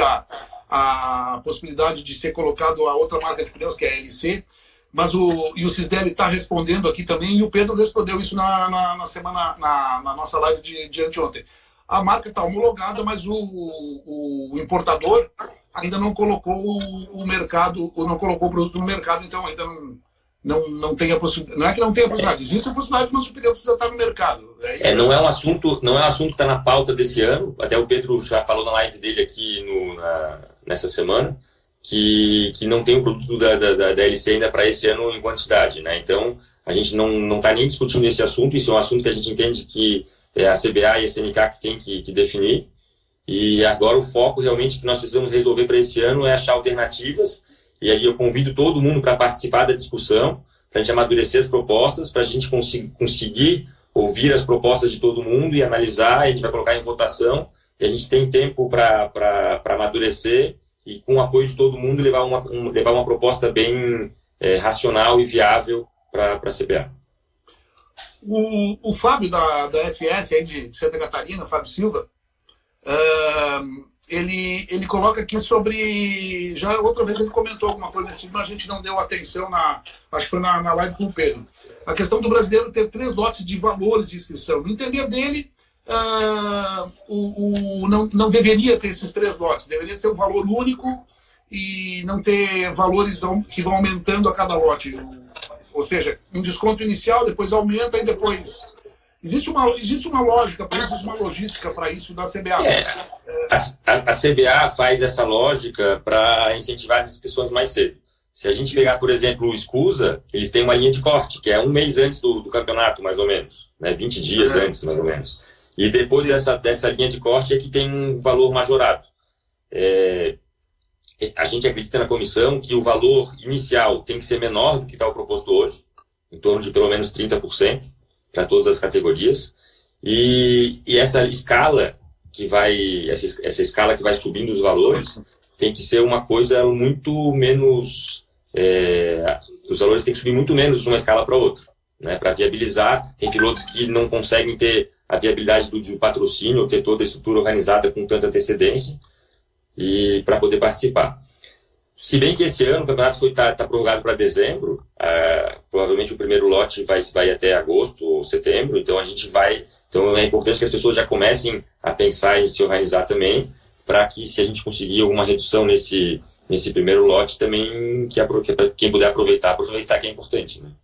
a possibilidade de ser colocado a outra marca de pneus, que é a LC, mas o Cisdelli está respondendo aqui também, e o Pedro respondeu isso na nossa live de anteontem. A marca está homologada, mas o importador ainda não colocou o mercado, ou não colocou o produto no mercado, então ainda não tem a possibilidade. Não é que não tem a possibilidade, existe a possibilidade, mas o pneu precisa estar no mercado. Não é um assunto que está na pauta desse ano. Até o Pedro já falou na live dele aqui nessa semana que não tem o produto da LC ainda para esse ano em quantidade, né? Então a gente não está nem discutindo esse assunto. Isso é um assunto que a gente entende que é a CBA e a CNK que tem que definir. E agora o foco realmente que nós precisamos resolver para esse ano é achar alternativas. E aí eu convido todo mundo para participar da discussão, para a gente amadurecer as propostas, para a gente conseguir ouvir as propostas de todo mundo e analisar. A gente vai colocar em votação e a gente tem tempo para amadurecer e com o apoio de todo mundo levar uma proposta bem racional e viável para a CBA. O Fábio da FS aí de Santa Catarina, Fábio Silva, ele coloca aqui sobre... Já outra vez ele comentou alguma coisa nesse tipo, mas a gente não deu atenção, acho que foi na live com o Pedro. A questão do brasileiro ter 3 lotes de valores de inscrição. No entender dele, não deveria ter esses 3 lotes. Deveria ser um valor único e não ter valores que vão aumentando a cada lote. Ou seja, um desconto inicial, depois aumenta e depois... Existe uma lógica para isso, existe uma logística para isso da CBA. A CBA faz essa lógica para incentivar as inscrições mais cedo. Se a gente pegar, por exemplo, o Escusa, eles têm uma linha de corte, que é um mês antes do campeonato, mais ou menos, né? 20 dias antes, mais ou menos. E depois dessa linha de corte é que tem um valor majorado. A gente acredita na comissão que o valor inicial tem que ser menor do que está o proposto hoje, em torno de pelo menos 30%, para todas as categorias. E essa escala que vai subindo os valores tem que ser uma coisa muito menos... os valores têm que subir muito menos de uma escala para outra, né? Para viabilizar. Tem pilotos que não conseguem ter a viabilidade do patrocínio, ou ter toda a estrutura organizada com tanta antecedência e para poder participar. Se bem que esse ano o campeonato está prorrogado para dezembro, provavelmente o primeiro lote vai até agosto ou setembro, então então é importante que as pessoas já comecem a pensar em se organizar também, para que, se a gente conseguir alguma redução nesse primeiro lote também, que quem puder aproveitar que é importante, né?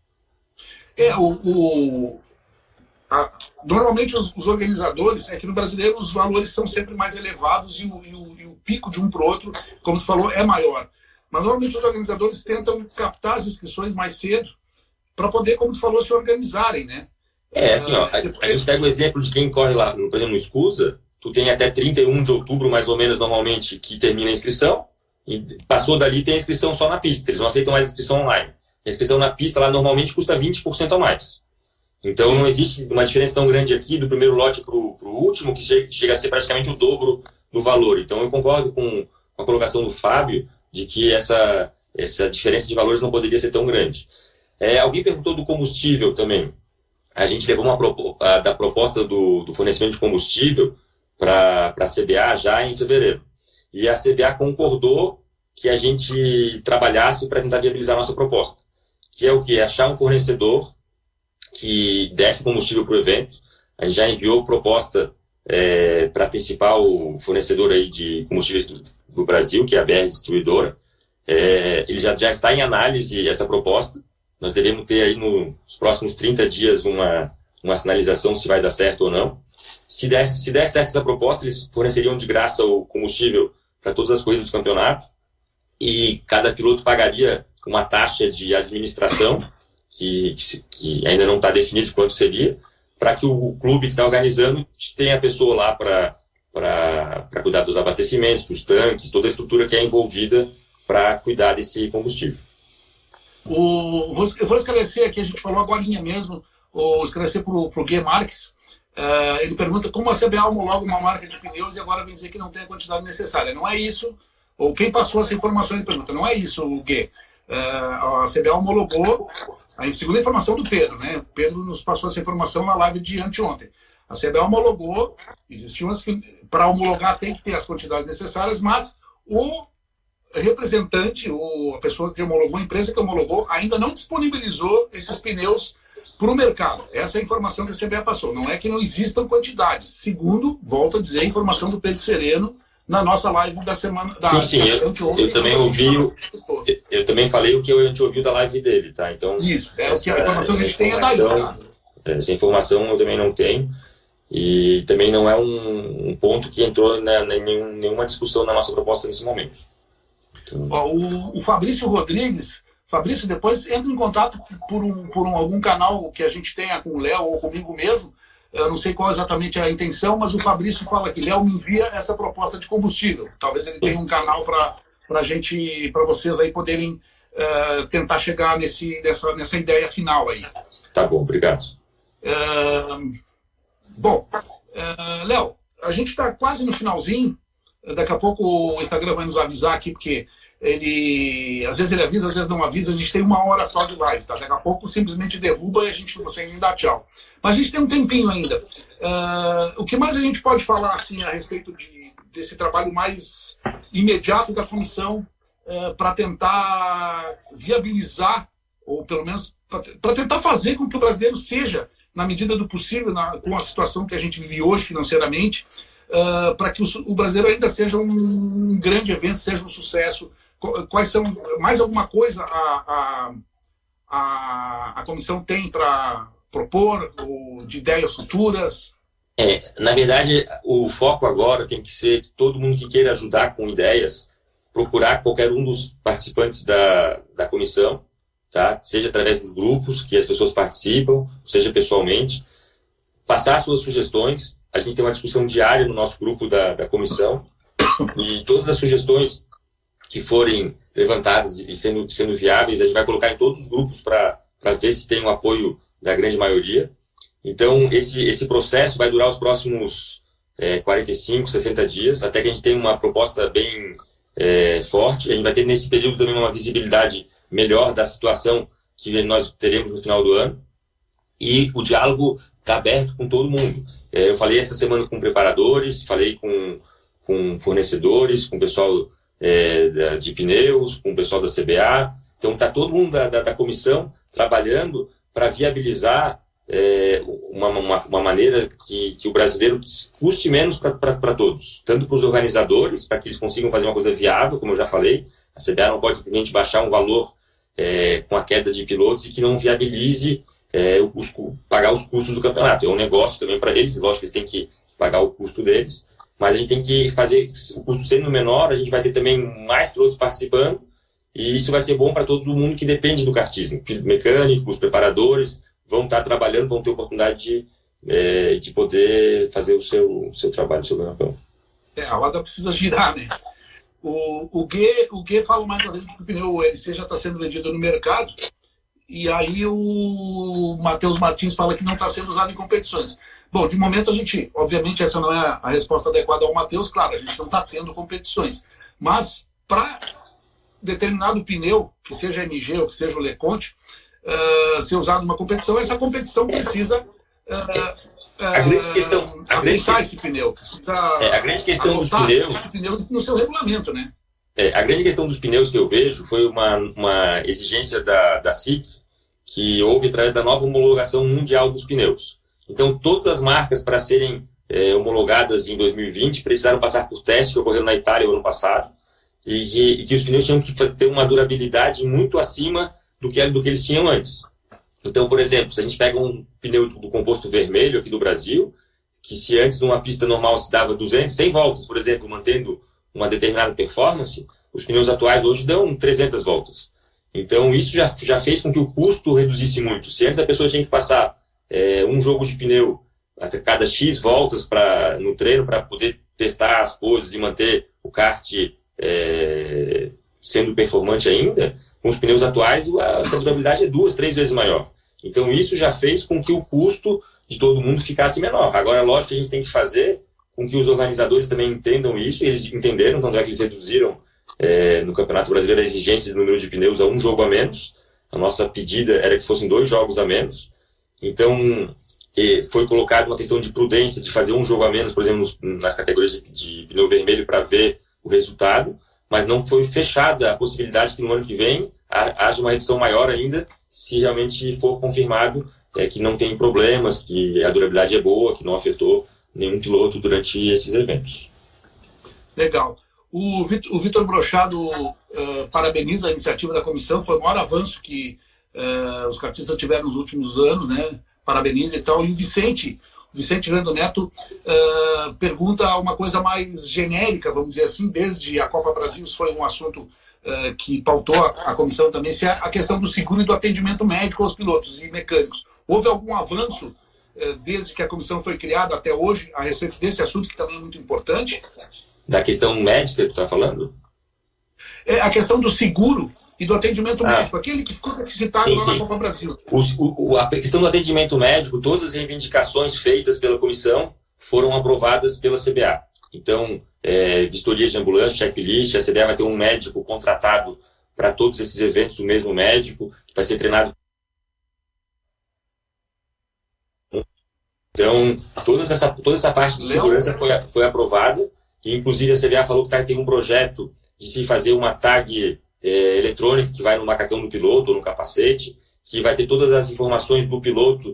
Normalmente os organizadores, que no brasileiro os valores são sempre mais elevados e o pico de um para o outro, como tu falou, é maior. Mas normalmente os organizadores tentam captar as inscrições mais cedo para poder, como tu falou, se organizarem, né? A gente pega o exemplo de quem corre lá, por exemplo, no Escusa, tu tem até 31 de outubro, mais ou menos, normalmente, que termina a inscrição, e passou dali tem a inscrição só na pista, eles não aceitam mais inscrição online. A inscrição na pista lá normalmente custa 20% a mais. Então não existe uma diferença tão grande aqui do primeiro lote para o último, que chega a ser praticamente o dobro do valor. Então eu concordo com a colocação do Fábio, de que essa diferença de valores não poderia ser tão grande. Alguém perguntou do combustível também. A gente levou da proposta do fornecimento de combustível para a CBA já em fevereiro. E a CBA concordou que a gente trabalhasse para tentar viabilizar a nossa proposta. Que é o quê? Achar um fornecedor que desse combustível para o evento. A gente já enviou proposta para a principal fornecedora aí de combustível do Brasil, que é a BR Distribuidora. Ele já está em análise essa proposta. Nós devemos ter aí nos próximos 30 dias uma sinalização se vai dar certo ou não. Se der certo essa proposta, eles forneceriam de graça o combustível para todas as corridas do campeonato e cada piloto pagaria uma taxa de administração que ainda não está definido quanto seria, para que o clube que está organizando tenha a pessoa lá para cuidar dos abastecimentos, dos tanques, toda a estrutura que é envolvida para cuidar desse combustível. Eu vou esclarecer aqui, a gente falou agora mesmo, vou esclarecer para o Gui Marques. Ele pergunta como a CBA homologa uma marca de pneus e agora vem dizer que não tem a quantidade necessária. Não é isso, ou quem passou essa informação ele pergunta, não é isso, Gui. A CBA homologou, a segunda informação do Pedro, né? O Pedro nos passou essa informação na live de anteontem. A CBA homologou, para homologar tem que ter as quantidades necessárias, mas o representante, a pessoa que homologou, a empresa que homologou, ainda não disponibilizou esses pneus para o mercado. Essa é a informação que a CBA passou. Não é que não existam quantidades. Segundo, volto a dizer, a informação do Pedro Sereno na nossa live da semana. Sim, eu também ouvi. Eu também falei o que a gente ouviu da live dele, tá? Então, isso, o que a informação que a gente tem é daí. Tá? Essa informação eu também não tenho. E também não é um ponto que entrou em nenhuma discussão na nossa proposta nesse momento. Então... O Fabrício Rodrigues. Fabrício, depois entra em contato por algum canal que a gente tenha com o Léo ou comigo mesmo. Eu não sei qual exatamente a intenção, mas o Fabrício fala que Léo me envia essa proposta de combustível. Talvez ele tenha um canal para vocês aí poderem tentar chegar nessa ideia final aí. Tá bom, obrigado. Léo, a gente está quase no finalzinho. Daqui a pouco o Instagram vai nos avisar aqui, porque às vezes ele avisa, às vezes não avisa. A gente tem 1 hora só de live, tá? Daqui a pouco simplesmente derruba e a gente não consegue nem dar tchau. Mas a gente tem um tempinho ainda. O que mais a gente pode falar assim, a respeito desse trabalho mais imediato da comissão para tentar viabilizar, ou pelo menos para tentar fazer com que o brasileiro seja, na medida do possível, com a situação que a gente vive hoje financeiramente, para que o brasileiro ainda seja um grande evento, seja um sucesso? Quais são, mais alguma coisa a comissão tem para propor, ou de ideias futuras? Na verdade, o foco agora tem que ser que todo mundo que queira ajudar com ideias, procurar qualquer um dos participantes da comissão, tá? Seja através dos grupos que as pessoas participam, seja pessoalmente, passar suas sugestões. A gente tem uma discussão diária no nosso grupo da comissão e todas as sugestões que forem levantadas e sendo viáveis, a gente vai colocar em todos os grupos para ver se tem o apoio da grande maioria. Então, esse processo vai durar os próximos 45, 60 dias, até que a gente tenha uma proposta bem forte. A gente vai ter nesse período também uma visibilidade melhor da situação que nós teremos no final do ano. E o diálogo está aberto com todo mundo. Eu falei essa semana com preparadores, falei com fornecedores, com o pessoal de pneus, com o pessoal da CBA. Então está todo mundo da comissão trabalhando para viabilizar uma maneira que o brasileiro custe menos para todos. Tanto para os organizadores, para que eles consigam fazer uma coisa viável, como eu já falei. A CBA não pode simplesmente baixar um valor com a queda de pilotos e que não viabilize pagar os custos do campeonato. É um negócio também para eles, lógico que eles têm que pagar o custo deles, mas a gente tem que fazer o custo sendo menor, a gente vai ter também mais pilotos participando, e isso vai ser bom para todo mundo que depende do kartismo. Mecânicos, preparadores vão estar trabalhando, vão ter oportunidade de poder fazer o seu trabalho, o seu ganha-pão. A roda precisa girar, né? O Gui fala mais uma vez que o pneu LC já está sendo vendido no mercado. E aí o Matheus Martins fala que não está sendo usado em competições. Bom, de momento a gente, obviamente essa não é a resposta adequada ao Matheus, claro, a gente não está tendo competições. Mas para determinado pneu, que seja MG ou que seja o LeConte, ser usado numa competição, essa competição precisa aceitar esse pneu. A grande questão dos pneus... esse pneu no seu regulamento, né? A grande questão dos pneus que eu vejo foi uma exigência da SIC, que houve através da nova homologação mundial dos pneus. Então, todas as marcas, para serem homologadas em 2020, precisaram passar por testes que ocorreram na Itália no ano passado, e que os pneus tinham que ter uma durabilidade muito acima do que eles tinham antes. Então, por exemplo, se a gente pega um pneu do composto vermelho aqui do Brasil, que se antes numa pista normal se dava 100 voltas, por exemplo, mantendo uma determinada performance, os pneus atuais hoje dão 300 voltas. Então, isso já fez com que o custo reduzisse muito. Se antes a pessoa tinha que passar um jogo de pneu a cada X voltas no treino para poder testar as poses e manter o kart sendo performante ainda, com os pneus atuais a durabilidade é 2, 3 vezes maior. Então isso já fez com que o custo de todo mundo ficasse menor. Agora, lógico que a gente tem que fazer com que os organizadores também entendam isso, e eles entenderam, tanto é que eles reduziram no Campeonato Brasileiro a exigência de número de pneus a um jogo a menos. A nossa pedida era que fossem 2 jogos a menos. Então, foi colocada uma questão de prudência de fazer um jogo a menos, por exemplo, nas categorias de pneu vermelho para ver o resultado, mas não foi fechada a possibilidade que no ano que vem haja uma redução maior ainda, se realmente for confirmado que não tem problemas, que a durabilidade é boa, que não afetou nenhum piloto durante esses eventos. Legal. O Vitor Brochado parabeniza a iniciativa da comissão, foi o maior avanço que os kartistas tiveram nos últimos anos, né? Parabeniza e tal. E o Vicente Rando Neto pergunta uma coisa mais genérica, vamos dizer assim, desde a Copa Brasil, isso foi um assunto que pautou a comissão também, se é a questão do seguro e do atendimento médico aos pilotos e mecânicos. Houve algum avanço desde que a comissão foi criada até hoje a respeito desse assunto, que também é muito importante? Da questão médica que tu está falando? A questão do seguro e do atendimento médico, aquele que ficou deficitário lá na Copa Brasil. A questão do atendimento médico, todas as reivindicações feitas pela comissão foram aprovadas pela CBA. Então, vistorias de ambulância, checklist, a CBA vai ter um médico contratado para todos esses eventos, o mesmo médico, que vai ser treinado. Então, toda essa parte de segurança foi aprovada, e inclusive a CBA falou que tem um projeto de se fazer uma tag eletrônica que vai no macacão do piloto ou no capacete, que vai ter todas as informações do piloto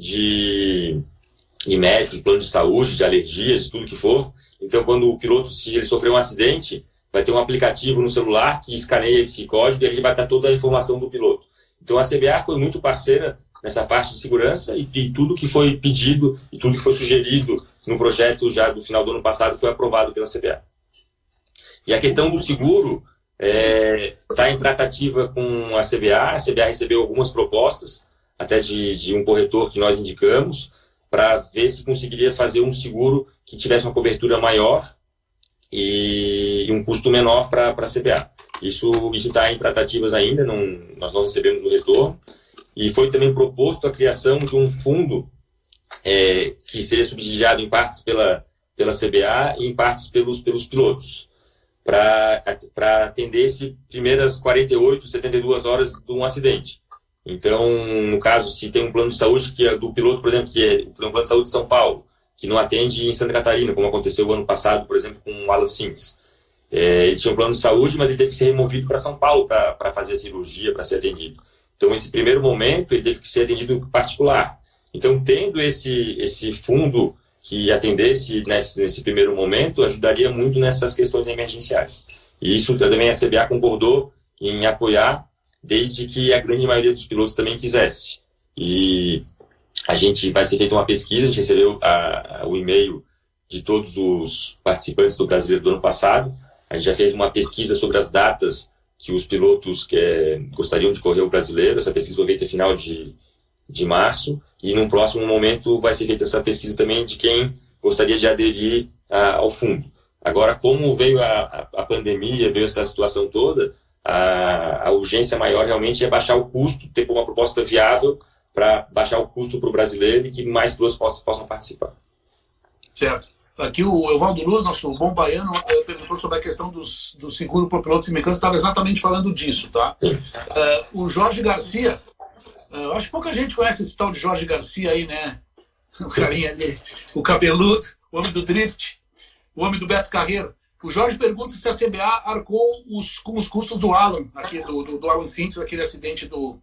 de médicos, de plano de saúde, de alergias, de tudo que for. Então, quando o piloto, se ele sofrer um acidente, vai ter um aplicativo no celular que escaneia esse código e ele vai estar toda a informação do piloto. Então, a CBA foi muito parceira nessa parte de segurança e tudo que foi pedido e tudo que foi sugerido no projeto já do final do ano passado foi aprovado pela CBA. E a questão do seguro está em tratativa com a CBA recebeu algumas propostas, até de um corretor que nós indicamos, para ver se conseguiria fazer um seguro que tivesse uma cobertura maior e um custo menor para a CBA. Isso está em tratativas ainda, nós não recebemos o retorno. E foi também proposto a criação de um fundo que seria subsidiado em partes pela CBA e em partes pelos pilotos, para atender as primeiras 48, 72 horas de um acidente. Então, no caso, se tem um plano de saúde que é do piloto, por exemplo, que é o plano de saúde de São Paulo, que não atende em Santa Catarina, como aconteceu o ano passado, por exemplo, com o Alan Sims. Ele tinha um plano de saúde, mas ele teve que ser removido para São Paulo para fazer a cirurgia, para ser atendido. Então, esse primeiro momento, ele teve que ser atendido em particular. Então, tendo esse fundo que atendesse nesse primeiro momento, ajudaria muito nessas questões emergenciais. E isso também a CBA concordou em apoiar, desde que a grande maioria dos pilotos também quisesse. E vai ser feita uma pesquisa, a gente recebeu o e-mail de todos os participantes do Brasileiro do ano passado. A gente já fez uma pesquisa sobre as datas que os pilotos gostariam de correr o Brasileiro. Essa pesquisa foi feita no final de março, e num próximo momento vai ser feita essa pesquisa também de quem gostaria de aderir ao fundo. Agora, como veio a pandemia, veio essa situação toda, a urgência maior realmente é baixar o custo, ter uma proposta viável para baixar o custo para o brasileiro e que mais pilotos possam participar. Certo. Aqui o Evaldo Luz, nosso bom baiano, perguntou sobre a questão do seguro por pilotos e mecânicos, estava exatamente falando disso, tá? O Jorge Garcia, acho que pouca gente conhece esse tal de Jorge Garcia aí, né? O carinha ali, o cabeludo, o homem do drift, o homem do Beto Carreiro. O Jorge pergunta se a CBA arcou com os custos do Alan, aqui do Alan Sintes, aquele acidente do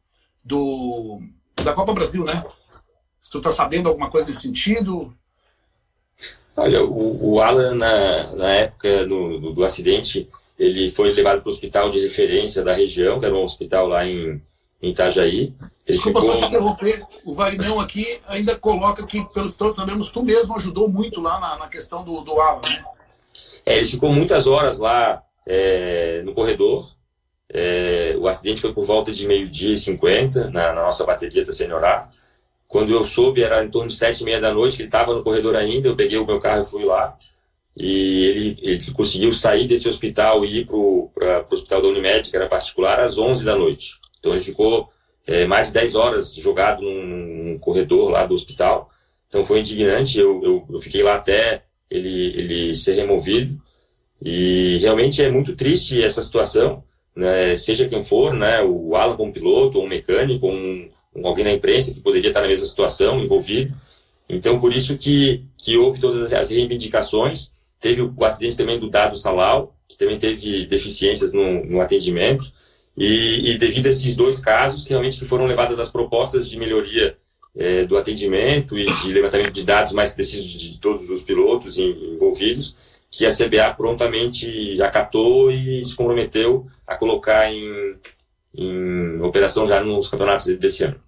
da Copa Brasil, né? Se tu tá sabendo alguma coisa nesse sentido? Olha, o Alan, na época do acidente, ele foi levado para o hospital de referência da região, que era um hospital lá em Itajaí. Desculpa só te interromper, o Varinão aqui ainda coloca que, pelo que todos sabemos, tu mesmo ajudou muito lá na questão do Alan, né? Ele ficou muitas horas lá no corredor. O acidente foi por volta de 12h50 na nossa bateria da Senhorá. Quando eu soube, era em torno de 7h30 da noite, que ele estava no corredor ainda. Eu peguei o meu carro e fui lá. E ele conseguiu sair desse hospital e ir para o hospital da Unimed, que era particular, às 11 da noite. Então ele ficou mais de 10 horas jogado num corredor lá do hospital. Então foi indignante. Eu fiquei lá até ele ser removido. E realmente é muito triste essa situação, né? Seja quem for, né? O Alan como piloto, ou um mecânico, ou alguém da imprensa que poderia estar na mesma situação, envolvido. Então, por isso que houve todas as reivindicações. Teve o acidente também do Dado Salal, que também teve deficiências no atendimento. E devido a esses dois casos, realmente que foram levadas as propostas de melhoria do atendimento e de levantamento de dados mais precisos de todos os pilotos envolvidos, que a CBA prontamente acatou e se comprometeu a colocar em operação já nos campeonatos desse ano.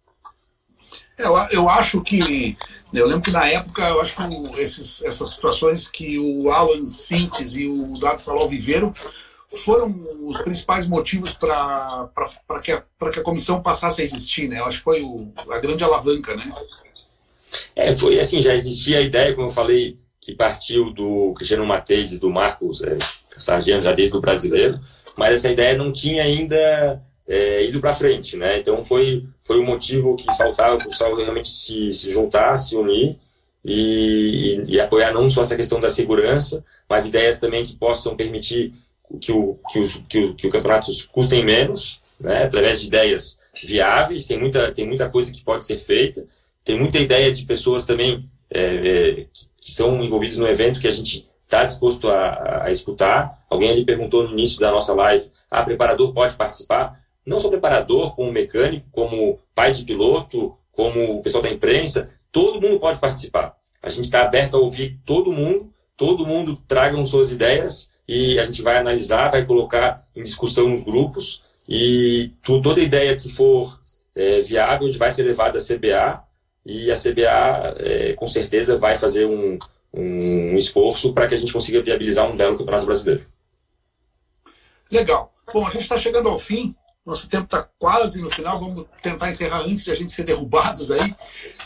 Eu acho que... Eu lembro que na época, eu acho que essas situações que o Alan Sintes e o Dado Salal viveram foram os principais motivos para que a comissão passasse a existir, né? Eu acho que foi a grande alavanca, né? Foi assim, já existia a ideia, como eu falei, que partiu do Cristiano Matheus e do Marcos Sargent, já desde o brasileiro, mas essa ideia não tinha ainda ido para frente, né? Então foi o motivo que faltava para o pessoal realmente se juntar, se unir e apoiar não só essa questão da segurança, mas ideias também que possam permitir que os campeonatos custem menos, né? Através de ideias viáveis. Tem muita coisa que pode ser feita, tem muita ideia de pessoas também que são envolvidos no evento que a gente está disposto a escutar. Alguém ali perguntou no início da nossa live, preparador pode participar? Não só preparador, como mecânico, como pai de piloto, como o pessoal da imprensa, todo mundo pode participar. A gente está aberto a ouvir todo mundo tragam suas ideias e a gente vai analisar, vai colocar em discussão nos grupos e toda ideia que for viável vai ser levada à CBA e a CBA com certeza vai fazer um esforço para que a gente consiga viabilizar um belo campeonato brasileiro. Legal. Bom, a gente está chegando ao fim. Nosso tempo está quase no final. Vamos tentar encerrar antes de a gente ser derrubados aí.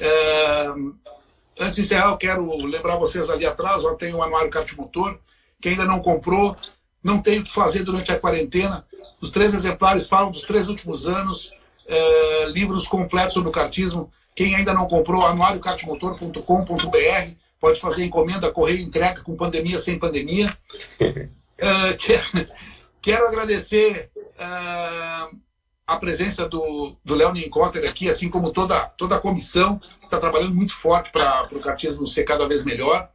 Antes de encerrar, eu quero lembrar vocês ali atrás, tem o Anuário Kart Motor. Quem ainda não comprou, não tem o que fazer durante a quarentena. Os 3 exemplares falam dos 3 últimos anos, livros completos sobre o kartismo. Quem ainda não comprou, anuariokartmotor.com.br, pode fazer encomenda, correio, entrega, com pandemia, sem pandemia. Quero agradecer a presença do Léo Nienkotter aqui, assim como toda a comissão, que está trabalhando muito forte para o kartismo ser cada vez melhor.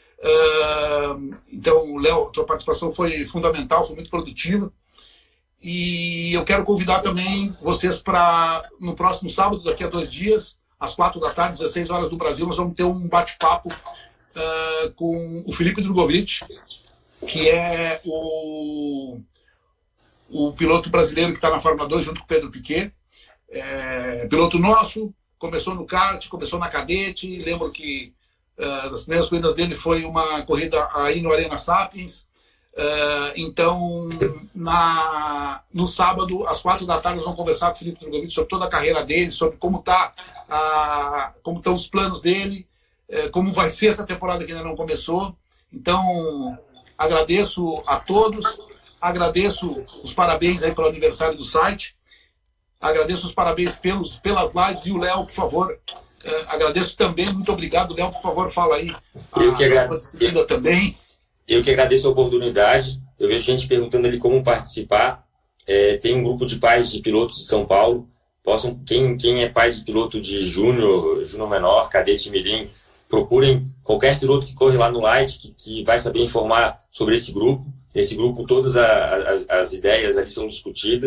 Então, Léo, tua participação foi fundamental, foi muito produtiva. E eu quero convidar também vocês para, no próximo sábado, daqui a 2 dias, às 4 da tarde, 16 horas do Brasil, nós vamos ter um bate-papo com o Felipe Drogovic, que é o piloto brasileiro que está na Fórmula 2 junto com o Pedro Piquet. Piloto nosso, começou no kart, começou na cadete. Lembro que das primeiras corridas dele foi uma corrida aí no Arena Sapiens. Então, no sábado, às 4 da tarde, nós vamos conversar com o Felipe Drogovic sobre toda a carreira dele, sobre como estão os planos dele, como vai ser essa temporada que ainda não começou. Então, agradeço a todos, agradeço os parabéns aí pelo aniversário do site, agradeço os parabéns pelas lives, e o Léo, por favor, agradeço também, muito obrigado, Léo, por favor, fala aí a despedida também. Eu que agradeço a oportunidade. Eu vejo gente perguntando ali como participar. Tem um grupo de pais de pilotos de São Paulo. Quem é pai de piloto de júnior menor, cadete mirim, procurem qualquer piloto que corre lá no Light, que vai saber informar sobre esse grupo. Nesse grupo todas as ideias ali são discutidas.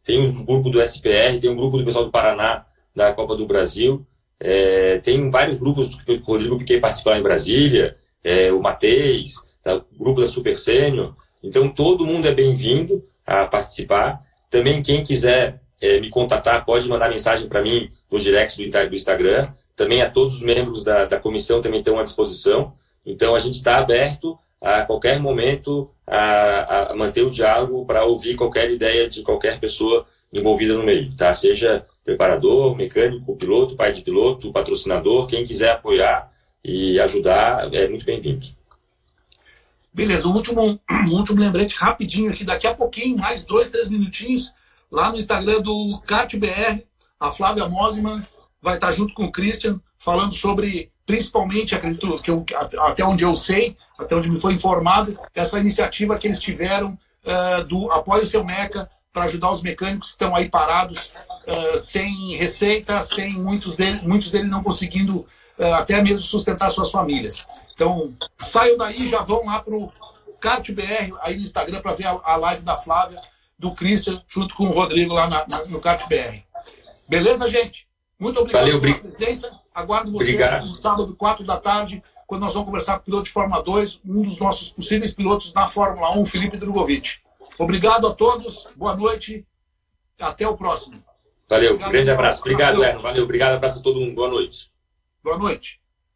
tem um grupo do SPR, tem um grupo do pessoal do Paraná, da Copa do Brasil, tem vários grupos que o Rodrigo Piquet participa lá em Brasília, o Mateis, o grupo da Super Sênior. Então, todo mundo é bem-vindo a participar. Também, quem quiser me contatar, pode mandar mensagem para mim no direct do Instagram. Também a todos os membros da comissão também estão à disposição. Então, a gente está aberto a qualquer momento a manter o diálogo para ouvir qualquer ideia de qualquer pessoa envolvida no meio, tá? Seja preparador, mecânico, piloto, pai de piloto, patrocinador, quem quiser apoiar e ajudar é muito bem-vindo. Beleza, um último lembrete rapidinho aqui, daqui a pouquinho, mais 2-3 minutinhos, lá no Instagram do KartBR, a Flávia Mosiman vai estar junto com o Christian, falando sobre, principalmente, acredito que até onde eu sei, até onde me foi informado, essa iniciativa que eles tiveram do Apoio Seu Meca, para ajudar os mecânicos que estão aí parados, sem receita, sem muitos deles não conseguindo até mesmo sustentar suas famílias. Então, saiam daí, já vão lá para o KartBR, aí no Instagram, para ver a live da Flávia, do Christian, junto com o Rodrigo lá no KartBR. Beleza, gente? Muito obrigado pela presença. Aguardo vocês no sábado, 4 da tarde, quando nós vamos conversar com o piloto de Fórmula 2, um dos nossos possíveis pilotos na Fórmula 1, Felipe Drogovic. Obrigado a todos, boa noite, até o próximo. Valeu, grande abraço. Obrigado, Erno. Valeu, obrigado, abraço a todo mundo. Boa noite. Boa noite.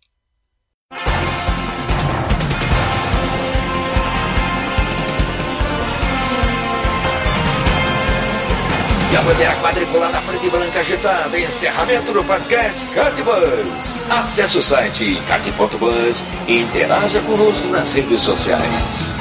E a bandeira quadriculada preta e branca agitada. Encerramento do podcast KartBus. Acesse o site kart.bus e interaja conosco nas redes sociais.